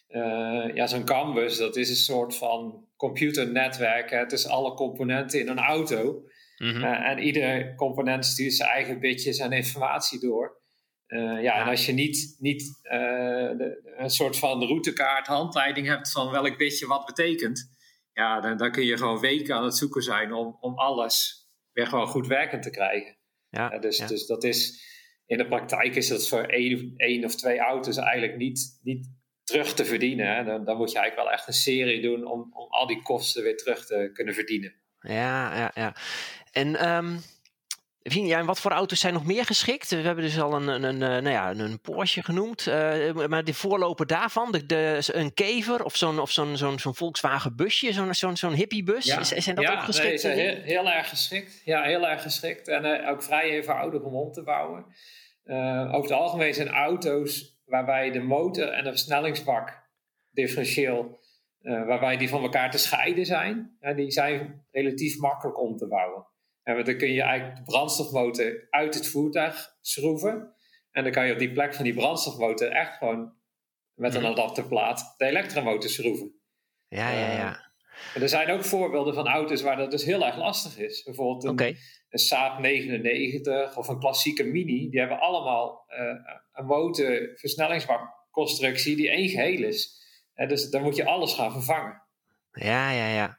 zo'n CAN bus, dat is een soort van computernetwerk. Hè. Het is alle componenten in een auto. Mhm. En ieder component stuurt zijn eigen bitjes en informatie door. En als je niet een soort van routekaart, handleiding hebt van welk bitje wat betekent, dan kun je gewoon weken aan het zoeken zijn om alles weer gewoon goed werkend te krijgen. Dus dat is, in de praktijk is dat voor 1 of 2 auto's eigenlijk niet terug te verdienen. Hè. Dan moet je eigenlijk wel echt een serie doen om al die kosten weer terug te kunnen verdienen. Ja. En en wat voor auto's zijn nog meer geschikt? We hebben dus al een Porsche genoemd. Maar de voorloper daarvan, een Kever of zo'n Volkswagen busje, zo'n hippiebus. Zijn dat ook geschikt? Nee, heel erg geschikt. Ja, heel erg geschikt. En ook vrij eenvoudig om te bouwen. Over het algemeen zijn auto's waarbij de motor en de versnellingsbak differentieel, waarbij die van elkaar te scheiden zijn. Die zijn relatief makkelijk om te bouwen. En dan kun je eigenlijk de brandstofmotor uit het voertuig schroeven. En dan kan je op die plek van die brandstofmotor echt gewoon met een adapterplaat de elektromotor schroeven. Ja. Er zijn ook voorbeelden van auto's waar dat dus heel erg lastig is. Bijvoorbeeld een Saab 99 of een klassieke Mini. Die hebben allemaal een motor-versnellingsbakconstructie die één geheel is. Dus dan moet je alles gaan vervangen. Ja.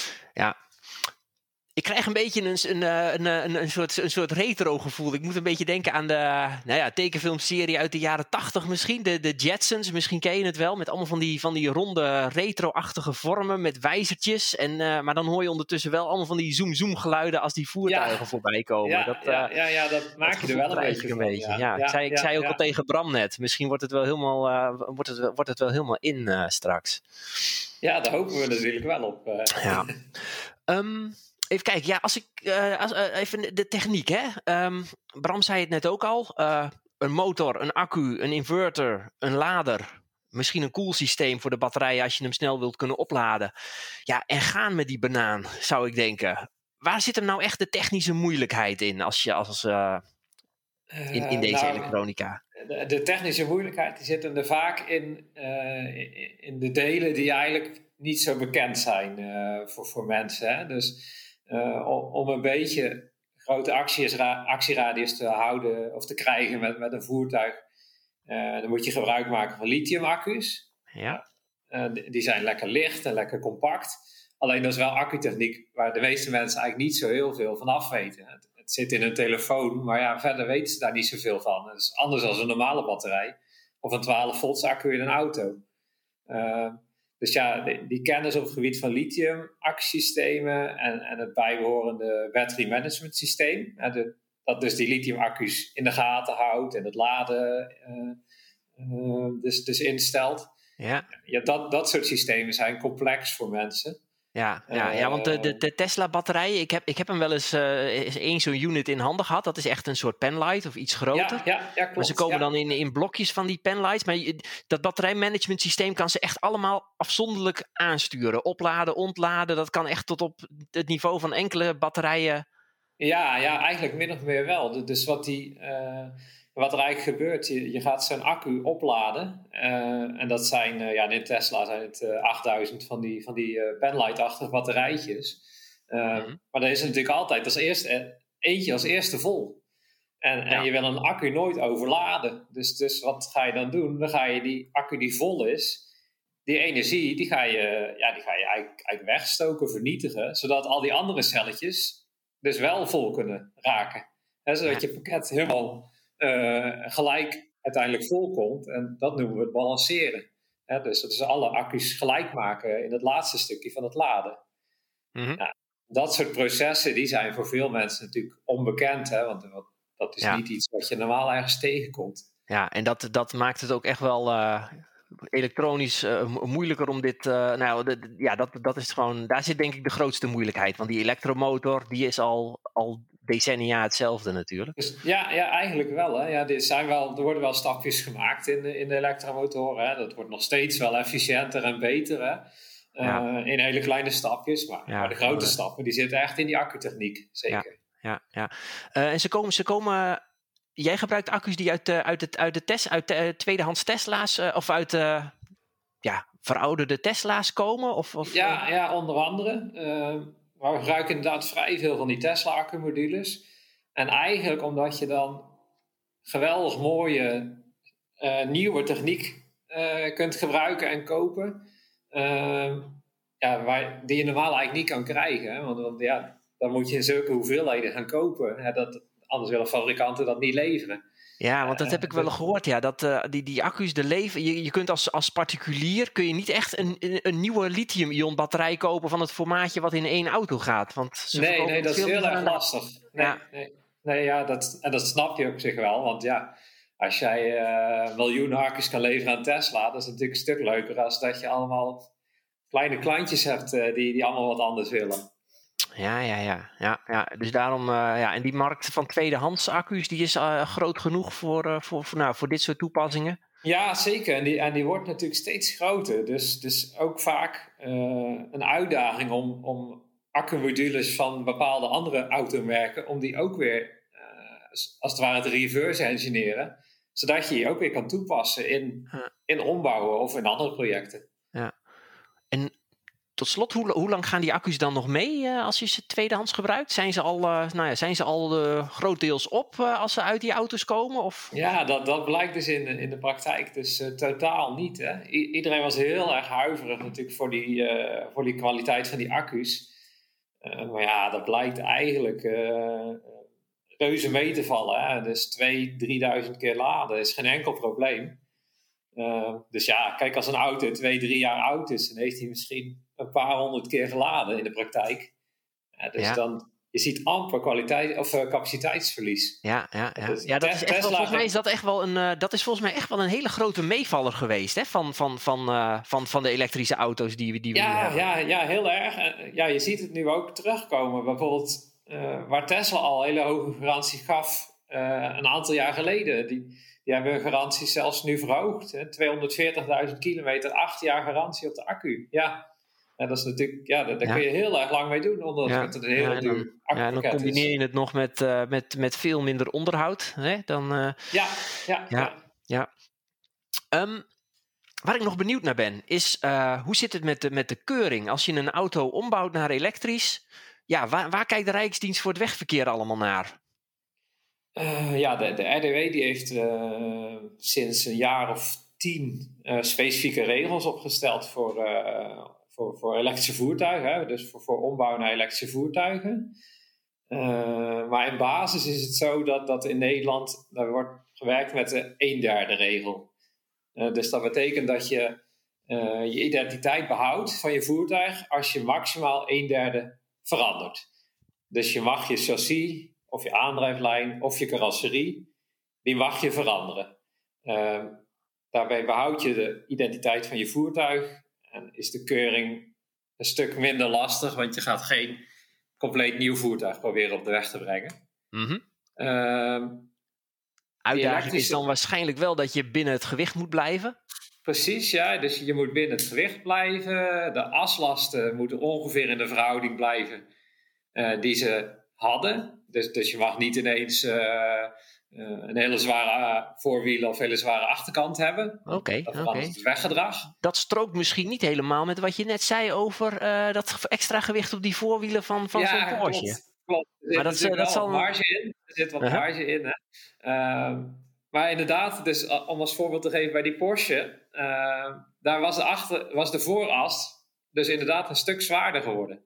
Ik krijg een beetje een soort retro gevoel. Ik moet een beetje denken aan de tekenfilmserie uit de jaren 80 misschien. De Jetsons, misschien ken je het wel. Met allemaal van die ronde retro-achtige vormen met wijzertjes. Maar dan hoor je ondertussen wel allemaal van die zoom-zoom geluiden als die voertuigen voorbij komen. Dat maak je er wel een beetje van. Ik zei ook al tegen Bram net. Misschien wordt het wel helemaal in straks. Ja, daar hopen we natuurlijk wel op. Even kijken, even de techniek, hè. Bram zei het net ook al. Een motor, een accu, een inverter, een lader. Misschien een koelsysteem voor de batterijen als je hem snel wilt kunnen opladen. Ja, en gaan met die banaan, zou ik denken. Waar zit hem nou echt de technische moeilijkheid in in deze elektronica? De technische moeilijkheid die zit er vaak in de delen die eigenlijk niet zo bekend zijn voor mensen. Hè? Dus om een beetje grote actieradius te houden of te krijgen met een voertuig, dan moet je gebruik maken van lithiumaccu's. Ja. Die zijn lekker licht en lekker compact. Alleen dat is wel accutechniek waar de meeste mensen eigenlijk niet zo heel veel van af weten. Het zit in hun telefoon, maar verder weten ze daar niet zoveel van. Het is anders dan een normale batterij of een 12 volts accu in een auto. Dus die kennis op het gebied van lithium-accusystemen en het bijbehorende battery management systeem, dat dus die lithium-accu's in de gaten houdt en het laden dus instelt. Dat soort systemen zijn complex voor mensen. Want de Tesla-batterij, ik heb hem wel eens één zo'n unit in handen gehad. Dat is echt een soort penlight of iets groter. Ja, klopt. Maar ze komen dan in blokjes van die penlights. Maar dat batterijmanagement systeem kan ze echt allemaal afzonderlijk aansturen. Opladen, ontladen, dat kan echt tot op het niveau van enkele batterijen. Ja, eigenlijk min of meer wel. Dus wat er eigenlijk gebeurt, je gaat zo'n accu opladen. En dat zijn, in Tesla zijn het 8000 van die penlight-achtige batterijtjes. Maar dat is natuurlijk altijd eentje als eerste vol. En je wil een accu nooit overladen. Dus wat ga je dan doen? Dan ga je die accu die vol is, die energie, die ga je eigenlijk wegstoken, vernietigen. Zodat al die andere celletjes dus wel vol kunnen raken. Zodat je pakket helemaal gelijk uiteindelijk vol komt. En dat noemen we het balanceren. Dus dat is alle accu's gelijk maken in het laatste stukje van het laden. Dat soort processen die zijn voor veel mensen natuurlijk onbekend. Want dat is niet iets wat je normaal ergens tegenkomt. Ja, en dat maakt het ook echt wel elektronisch moeilijker om dit. Dat is gewoon. Daar zit denk ik de grootste moeilijkheid. Want die elektromotor die is al decennia hetzelfde natuurlijk. Dus, eigenlijk wel. Hè. Er worden wel stapjes gemaakt in de elektromotoren. Hè. Dat wordt nog steeds wel efficiënter en beter. Hè. In hele kleine stapjes. Maar de grote stappen die zitten echt in die accutechniek. Zeker. Ja. En ze komen. Jij gebruikt accu's die uit tweedehands Tesla's of uit verouderde Tesla's komen? Of, Ja, onder andere. Maar we gebruiken inderdaad vrij veel van die Tesla-accumodules. En eigenlijk omdat je dan geweldig mooie nieuwe techniek kunt gebruiken en kopen. Die je normaal eigenlijk niet kan krijgen. Hè? Want dan moet je in zulke hoeveelheden gaan kopen. Hè? Anders willen fabrikanten dat niet leveren. Ja, want dat heb ik wel gehoord. Ja, dat die accu's de leven. Je kunt als particulier kun je niet echt een nieuwe lithium-ion batterij kopen van het formaatje wat in één auto gaat. Want nee, dat is heel erg lastig. Dat snap je op zich wel. Want als jij miljoenen accu's kan leveren aan Tesla, dat is natuurlijk een stuk leuker als dat je allemaal kleine klantjes hebt die allemaal wat anders willen. Ja. Dus daarom, en die markt van tweedehands accu's, die is groot genoeg voor dit soort toepassingen. Ja, zeker. En die wordt natuurlijk steeds groter. Dus ook vaak een uitdaging om accumodules van bepaalde andere automerken, om die ook weer, als het ware, te reverse engineeren, zodat je die ook weer kan toepassen in ombouwen of in andere projecten. Ja. En tot slot, hoe lang gaan die accu's dan nog mee als je ze tweedehands gebruikt? Zijn ze al grootdeels op als ze uit die auto's komen? Of? Ja, dat blijkt dus in de praktijk dus totaal niet. Hè? Iedereen was heel erg huiverig natuurlijk voor die kwaliteit van die accu's. Maar dat blijkt eigenlijk reuze mee te vallen. Hè? Dus 2.000-3.000 keer laden is geen enkel probleem. Kijk, als een auto 2-3 jaar oud is, dan heeft hij misschien een paar honderd keer geladen in de praktijk. Dan, je ziet amper capaciteitsverlies. Ja, dat is echt wel, volgens mij is dat echt wel een hele grote meevaller geweest, hè, van de elektrische auto's die we hebben. Ja, heel erg. Je ziet het nu ook terugkomen. Bijvoorbeeld waar Tesla al hele hoge garantie gaf een aantal jaar geleden. Die hebben hun garantie zelfs nu verhoogd. 240.000 kilometer, 8 jaar garantie op de accu. Ja, dat is natuurlijk, daar kun je heel erg lang mee doen. Met een heel duur accupakket. En dan combineer je het nog met veel minder onderhoud. Hè? Waar ik nog benieuwd naar ben, is hoe zit het met de keuring? Als je een auto ombouwt naar elektrisch, waar kijkt de Rijksdienst voor het Wegverkeer allemaal naar? De RDW die heeft sinds een jaar of 10 specifieke regels opgesteld voor elektrische voertuigen. Hè? Dus voor ombouw naar elektrische voertuigen. Maar in basis is het zo dat in Nederland daar wordt gewerkt met de 1/3 regel. Dus dat betekent dat je je identiteit behoudt van je voertuig als je maximaal 1/3 verandert. Dus je mag je chassis of je aandrijflijn of je carrosserie, die mag je veranderen. Daarbij behoud je de identiteit van je voertuig en is de keuring een stuk minder lastig, want je gaat geen compleet nieuw voertuig proberen op de weg te brengen. Mm-hmm. Uitdaging is dan waarschijnlijk wel dat je binnen het gewicht moet blijven. Precies, ja. Dus je moet binnen het gewicht blijven. De aslasten moeten ongeveer in de verhouding blijven die ze hadden. Dus je mag niet ineens een hele zware voorwielen of hele zware achterkant hebben. Oké. Dat verandert het weggedrag. Dat strookt misschien niet helemaal met wat je net zei over dat extra gewicht op die voorwielen van zo'n Porsche. Klopt. Er zit wel marge in. Er zit wat marge in. Hè? Maar inderdaad, dus om als voorbeeld te geven bij die Porsche, daar was de vooras dus inderdaad een stuk zwaarder geworden.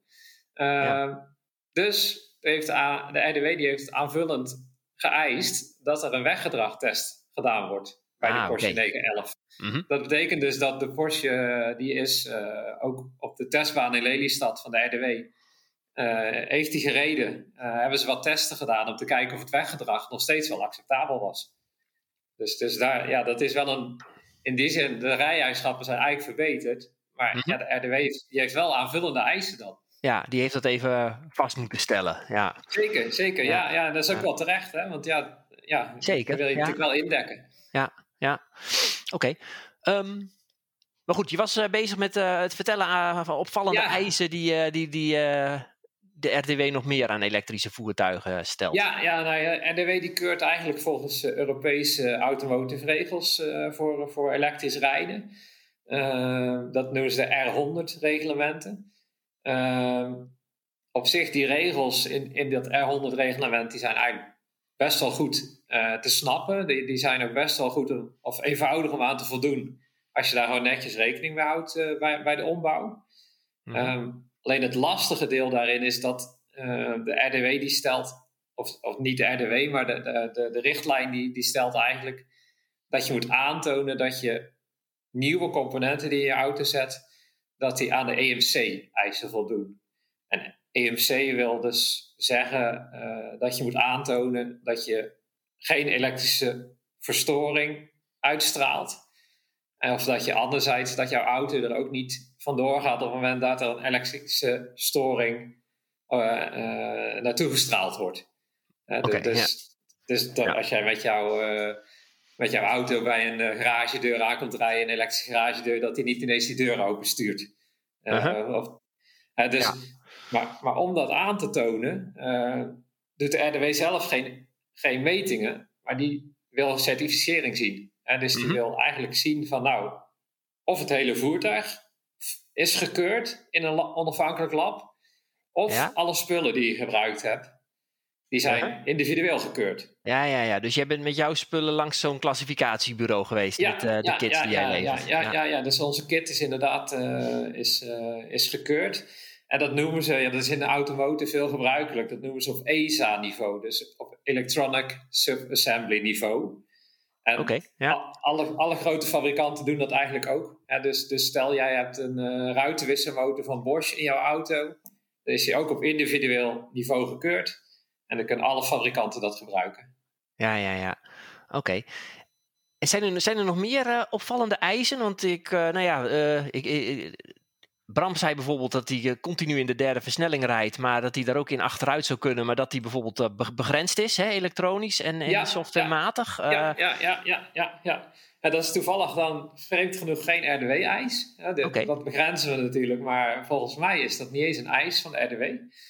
Dus de RDW die heeft aanvullend geëist dat er een weggedragtest gedaan wordt bij de Porsche 911. Mm-hmm. Dat betekent dus dat de Porsche, die is ook op de testbaan in Lelystad van de RDW, heeft die gereden. Hebben ze wat testen gedaan om te kijken of het weggedrag nog steeds wel acceptabel was. Dus daar, dat is wel in die zin, de rij-eigenschappen zijn eigenlijk verbeterd. Maar de RDW die heeft wel aanvullende eisen dan. Ja, die heeft dat even vast moeten stellen. Ja. Zeker. Ja, dat is ook wel terecht. Hè? Want zeker, dat wil je natuurlijk wel indekken. Ja. Oké. Maar goed, je was bezig met het vertellen van opvallende eisen die de RDW nog meer aan elektrische voertuigen stelt. RDW die keurt eigenlijk volgens Europese automotive regels voor elektrisch rijden. Dat noemen ze de R100-reglementen. Op zich, die regels in dat R100-reglement, die zijn eigenlijk best wel goed te snappen. Die zijn ook best wel goed of eenvoudig om aan te voldoen. Als je daar gewoon netjes rekening mee houdt bij de ombouw. Alleen het lastige deel daarin is dat de RDW die stelt, of niet de RDW, maar de richtlijn die stelt eigenlijk dat je moet aantonen dat je nieuwe componenten die in je auto zet, dat die aan de EMC-eisen voldoen. En EMC wil dus zeggen dat je moet aantonen dat je geen elektrische verstoring uitstraalt. Of dat je anderzijds, dat jouw auto er ook niet vandoor gaat op het moment dat er een elektrische storing naartoe gestraald wordt. Als jij met jouw auto bij een garagedeur aankomt rijden, een elektrische garagedeur, dat die niet ineens die deur open stuurt. Maar om dat aan te tonen, doet de RDW zelf geen metingen, maar die wil certificering zien. Dus die wil eigenlijk zien van of het hele voertuig is gekeurd in een onafhankelijk lab, of alle spullen die je gebruikt hebt, die zijn individueel gekeurd. Ja. Dus jij bent met jouw spullen langs zo'n klassificatiebureau geweest met de kits die jij levert. Ja, dus onze kit is inderdaad is gekeurd. En dat noemen ze, dat is in de automotive veel gebruikelijk, dat noemen ze op ESA-niveau, dus op Electronic Subassembly niveau. En alle grote fabrikanten doen dat eigenlijk ook. Dus stel jij hebt een ruitenwisselmotor van Bosch in jouw auto, dan is die ook op individueel niveau gekeurd. En dan kunnen alle fabrikanten dat gebruiken. Ja. Oké. En zijn er nog meer opvallende eisen? Want Bram zei bijvoorbeeld dat hij continu in de derde versnelling rijdt, maar dat hij daar ook in achteruit zou kunnen, maar dat hij bijvoorbeeld begrensd is, elektronisch en softwarematig. Ja, dat is toevallig dan vreemd genoeg geen RDW-eis. Dat begrenzen we natuurlijk, maar volgens mij is dat niet eens een eis van de RDW.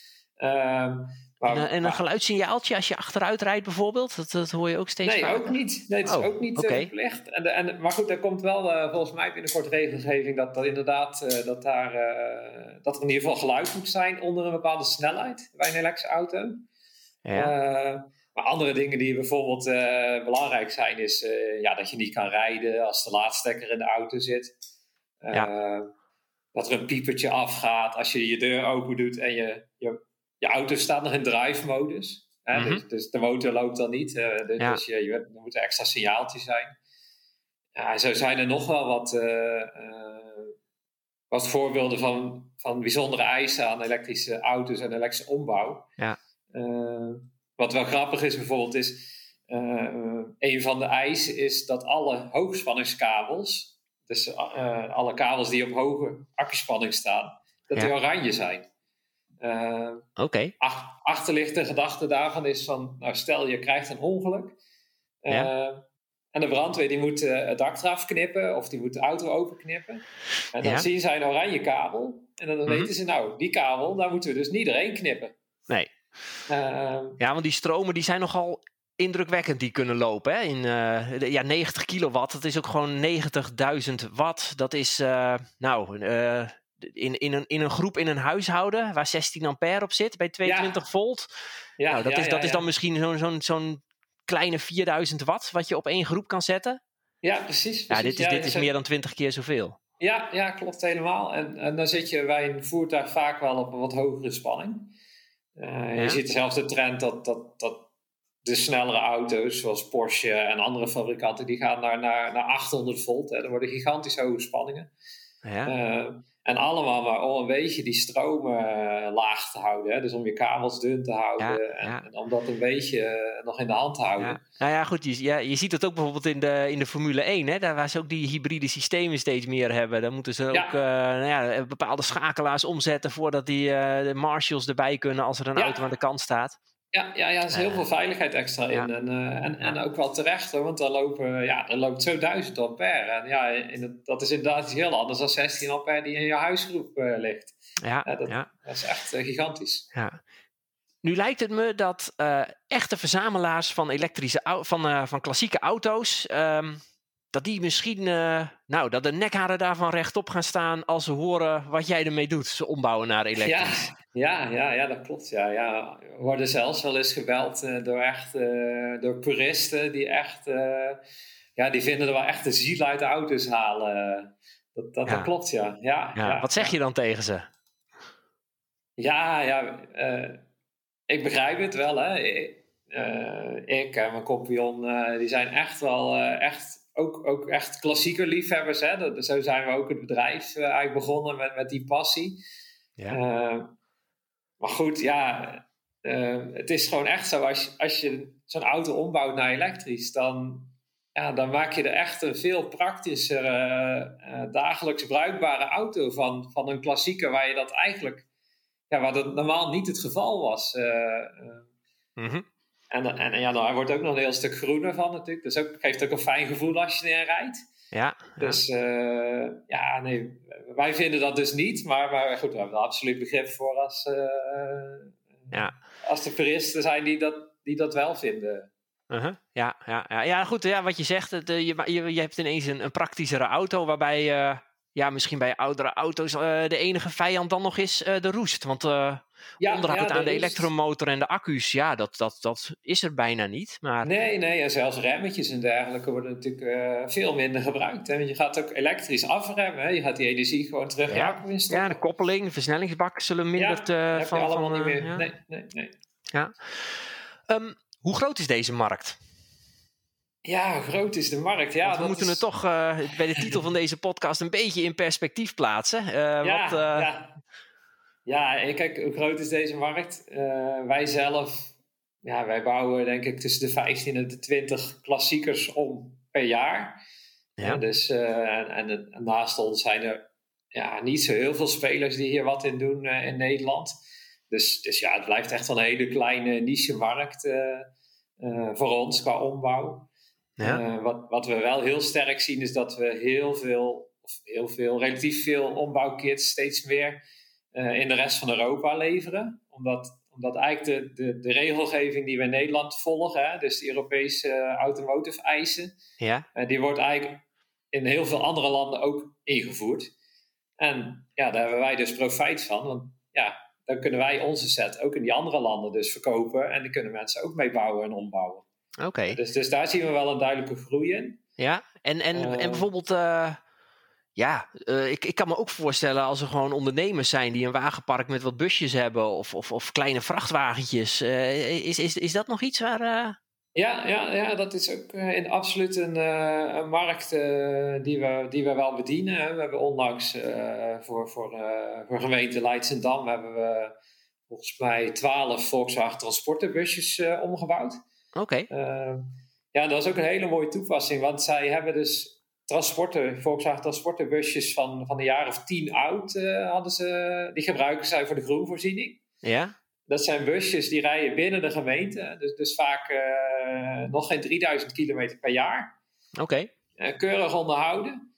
En een geluidssignaaltje als je achteruit rijdt bijvoorbeeld? Dat hoor je ook steeds vaker. Nee, ook niet. Nee, het is ook niet verplicht. Maar goed, er komt wel volgens mij binnenkort regelgeving dat inderdaad dat er in ieder geval geluid moet zijn onder een bepaalde snelheid bij een elektrische auto. Ja. Maar andere dingen die bijvoorbeeld belangrijk zijn is dat je niet kan rijden als de laadstekker in de auto zit. Dat er een piepertje afgaat als je je deur open doet en je auto staat nog in drive-modus. Dus de motor loopt dan niet. Dus er moet een extra signaaltje zijn. Zo zijn er nog wel wat voorbeelden van bijzondere eisen aan elektrische auto's en elektrische ombouw. Ja. Wat wel grappig is bijvoorbeeld is, een van de eisen is dat alle hoogspanningskabels, dus alle kabels die op hoge accuspanning staan, dat die oranje zijn. Achterliggende gedachte daarvan is van, stel je krijgt een ongeluk en de brandweer die moet het dak eraf knippen of die moet de auto openknippen en dan zien zij een oranje kabel en dan weten ze, die kabel, daar moeten we dus niet doorheen knippen. Nee. Want die stromen die zijn nogal indrukwekkend die kunnen lopen. Hè? In 90 kilowatt, dat is ook gewoon 90.000 watt. Dat is in een groep in een huishouden waar 16 ampère op zit bij 22 volt. Dat is dan misschien zo'n kleine 4000 watt wat je op één groep kan zetten. Ja, precies. Dit is meer dan 20 keer zoveel. Ja, klopt helemaal. En dan zit je bij een voertuig vaak wel op een wat hogere spanning. Je ziet zelfs de trend dat de snellere auto's, zoals Porsche en andere fabrikanten, die gaan naar 800 volt. Hè. Er worden gigantisch hoge spanningen. En allemaal maar om een beetje die stromen laag te houden. Hè. Dus om je kabels dun te houden en om dat een beetje nog in de hand te houden. Goed. Je ziet het ook bijvoorbeeld in de Formule 1. Hè, daar waar ze ook die hybride systemen steeds meer hebben. Dan moeten ze ook bepaalde schakelaars omzetten voordat de marshals erbij kunnen als er een auto aan de kant staat. Er is heel veel veiligheid extra in. En ook wel terecht, hoor, want er loopt zo 1000 ampère. En dat is inderdaad iets heel anders dan 16 ampère die in je huisgroep ligt. Dat is echt gigantisch. Ja. Nu lijkt het me dat echte verzamelaars van van klassieke auto's dat die misschien, dat de nekharen daarvan rechtop gaan staan als ze horen wat jij ermee doet, ze ombouwen naar elektrisch. Ja, dat klopt. Ja. We worden zelfs wel eens gebeld door puristen die echt, die vinden er wel echt de ziel uit de auto's halen. Dat klopt, ja. Wat zeg je dan tegen ze? Ik begrijp het wel, hè. Ik en mijn compagnon, die zijn echt wel ook echt klassieker liefhebbers. Hè? Zo zijn we ook het bedrijf eigenlijk begonnen met die passie. Ja. Maar goed, het is gewoon echt zo. Als je zo'n auto ombouwt naar elektrisch, dan maak je er echt een veel praktischere, dagelijks bruikbare auto van een klassieker waar je dat eigenlijk, waar dat normaal niet het geval was. En daar wordt ook nog een heel stuk groener van natuurlijk. Dus geeft ook een fijn gevoel als je erin rijdt. Ja. Dus wij vinden dat dus niet. Maar goed, we hebben er absoluut begrip voor als er puristen zijn die dat wel vinden. Ja, goed. Ja, wat je zegt, je hebt ineens een praktischere auto waarbij misschien bij oudere auto's de enige vijand dan nog is de roest. Want onderhoud aan de elektromotor en de accu's, dat is er bijna niet. Maar... Nee, en zelfs remmetjes en dergelijke worden natuurlijk veel minder gebruikt. Hè? Want je gaat ook elektrisch afremmen. Hè? Je gaat die energie gewoon terug in de accu instoppen. Ja, de koppeling, de versnellingsbak zullen minder... heb je allemaal niet meer. Nee. Ja. Hoe groot is deze markt? Ja, hoe groot is de markt? Ja, we moeten het toch bij de titel van deze podcast een beetje in perspectief plaatsen. Kijk, hoe groot is deze markt? Wij zelf, wij bouwen denk ik tussen de 15 en de 20 klassiekers om per jaar. Ja. En naast ons zijn er niet zo heel veel spelers die hier wat in doen in Nederland. Dus het blijft echt wel een hele kleine niche markt voor ons qua ombouw. Ja. Wat we wel heel sterk zien is dat we relatief veel ombouwkits steeds meer in de rest van Europa leveren. Omdat eigenlijk de regelgeving die we in Nederland volgen, dus de Europese automotive eisen, die wordt eigenlijk in heel veel andere landen ook ingevoerd. En daar hebben wij dus profijt van. Want dan kunnen wij onze set ook in die andere landen dus verkopen. En die kunnen mensen ook mee bouwen en ombouwen. Oké. Dus daar zien we wel een duidelijke groei in. Ja, en bijvoorbeeld... ik kan me ook voorstellen als er gewoon ondernemers zijn die een wagenpark met wat busjes hebben of kleine vrachtwagentjes. Is dat nog iets waar... Ja, dat is ook absoluut een markt die we wel bedienen. Hè. We hebben onlangs voor gemeente Leidschendam hebben we volgens mij 12 Volkswagen transporterbusjes omgebouwd. Oké. Dat was ook een hele mooie toepassing, want zij hebben dus Volkswagen transporterbusjes van een jaar of 10 oud die gebruiken zij voor de groenvoorziening. Ja. Dat zijn busjes die rijden binnen de gemeente, dus vaak nog geen 3000 kilometer per jaar. Oké. Keurig onderhouden.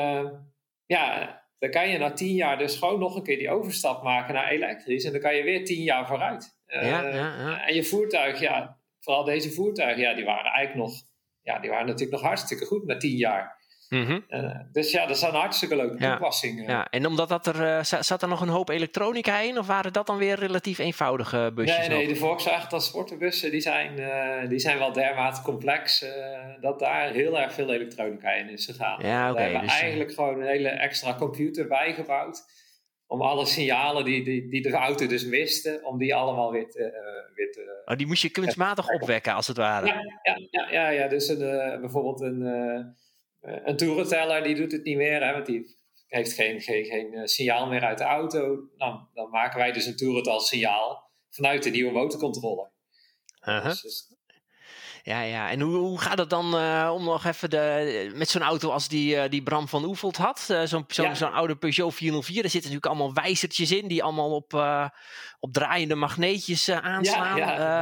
Dan kan je na 10 jaar dus gewoon nog een keer die overstap maken naar elektrisch en dan kan je weer 10 jaar vooruit. En je voertuig, vooral deze voertuigen, die waren eigenlijk die waren natuurlijk nog hartstikke goed na 10 jaar. Mm-hmm. Dus dat is een hartstikke leuke toepassing. Ja, en omdat zat er nog een hoop elektronica in, of waren dat dan weer relatief eenvoudige busjes? Nee, de Volkswagen transporterbussen die zijn wel dermate complex dat daar heel erg veel elektronica in is gegaan. Ja, we hebben eigenlijk gewoon een hele extra computer bijgebouwd om alle signalen die de auto dus miste, om die allemaal weer te die moest je kunstmatig opwekken, als het ware. Ja, dus bijvoorbeeld een toerenteller die doet het niet meer, hè, want die heeft geen signaal meer uit de auto. Nou, dan maken wij dus een toerental signaal vanuit de nieuwe motorcontroller. Dus, Ja, en hoe gaat het dan om nog even met zo'n auto als die Bram van Oefeld had? Zo'n oude Peugeot 404. Er zitten natuurlijk allemaal wijzertjes in die allemaal op draaiende magneetjes aanslaan.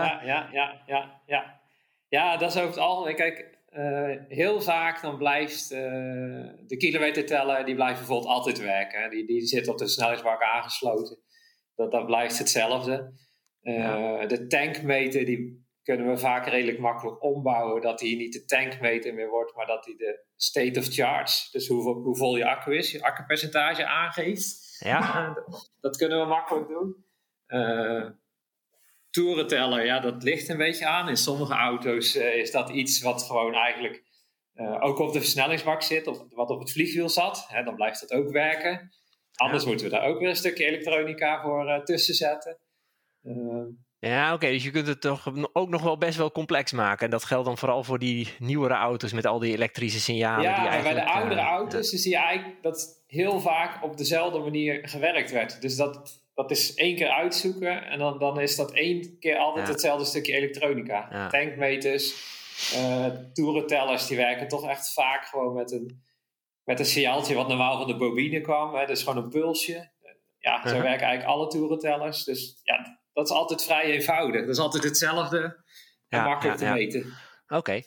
Ja, dat is over het algemeen. Kijk, heel vaak dan blijft de kilometerteller, die blijft bijvoorbeeld altijd werken. Die zit op de snelheidsbak aangesloten. Dat blijft hetzelfde. De tankmeter, kunnen we vaak redelijk makkelijk ombouwen dat die niet de tankmeter meer wordt, maar dat die de state of charge, dus hoe vol je accu is, je accupercentage aangeeft. Ja. Dat kunnen we makkelijk doen. Toerenteller, ja, dat ligt een beetje aan. In sommige auto's is dat iets wat gewoon eigenlijk ook op de versnellingsbak zit, of wat op het vliegwiel zat. Hè, dan blijft dat ook werken. Anders moeten we daar ook weer een stukje elektronica voor tussen zetten. Ja, oké, dus je kunt het toch ook nog wel best wel complex maken. En dat geldt dan vooral voor die nieuwere auto's met al die elektrische signalen. Ja, die bij de oudere auto's ja. zie je eigenlijk dat heel vaak op dezelfde manier gewerkt werd. Dus dat is 1 keer uitzoeken en dan is dat 1 keer altijd hetzelfde stukje elektronica. Ja. Tankmeters, toerentellers, die werken toch echt vaak gewoon met een signaaltje wat normaal van de bobine kwam. Hè, dus gewoon een pulsje. Ja, zo werken eigenlijk alle toerentellers. Dus ja, dat is altijd vrij eenvoudig. Dat is altijd hetzelfde en makkelijk te meten. Oké.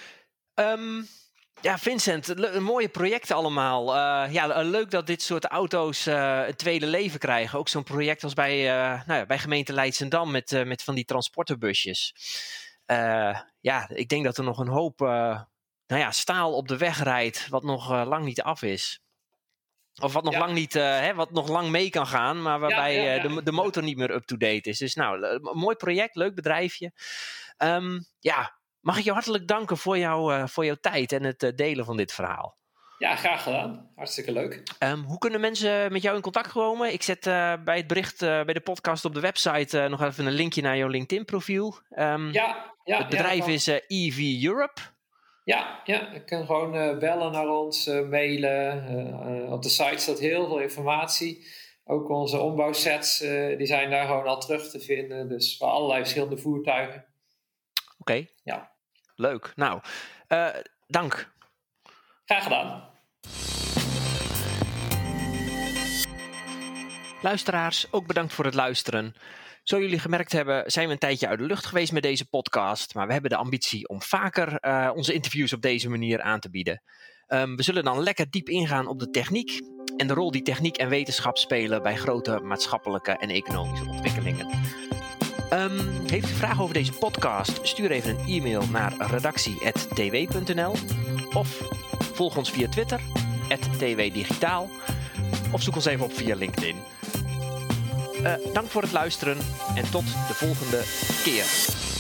Ja, Vincent, mooie projecten allemaal. Leuk dat dit soort auto's een tweede leven krijgen. Ook zo'n project als bij gemeente Leidschendam met van die transporterbusjes. Ik denk dat er nog een hoop staal op de weg rijdt wat nog lang niet af is. Of wat nog lang niet, wat nog lang mee kan gaan, maar waarbij de motor niet meer up-to-date is. Dus een mooi project, leuk bedrijfje. Mag ik je hartelijk danken voor jouw tijd en het delen van dit verhaal. Ja, graag gedaan. Hartstikke leuk. Hoe kunnen mensen met jou in contact komen? Ik zet bij het bericht bij de podcast op de website nog even een linkje naar jouw LinkedIn-profiel. Het bedrijf is EV Europe. Ja, je kan gewoon bellen naar ons, mailen. Op de site staat heel veel informatie. Ook onze ombouwsets, die zijn daar gewoon al terug te vinden. Dus voor allerlei verschillende voertuigen. Oké. Ja. Leuk. Nou, dank. Graag gedaan. Luisteraars, ook bedankt voor het luisteren. Zo jullie gemerkt hebben, zijn we een tijdje uit de lucht geweest met deze podcast. Maar we hebben de ambitie om vaker onze interviews op deze manier aan te bieden. We zullen dan lekker diep ingaan op de techniek en de rol die techniek en wetenschap spelen bij grote maatschappelijke en economische ontwikkelingen. Heeft u vragen over deze podcast? Stuur even een e-mail naar redactie@tw.nl of volg ons via Twitter @twdigitaal of zoek ons even op via LinkedIn. Dank voor het luisteren en tot de volgende keer.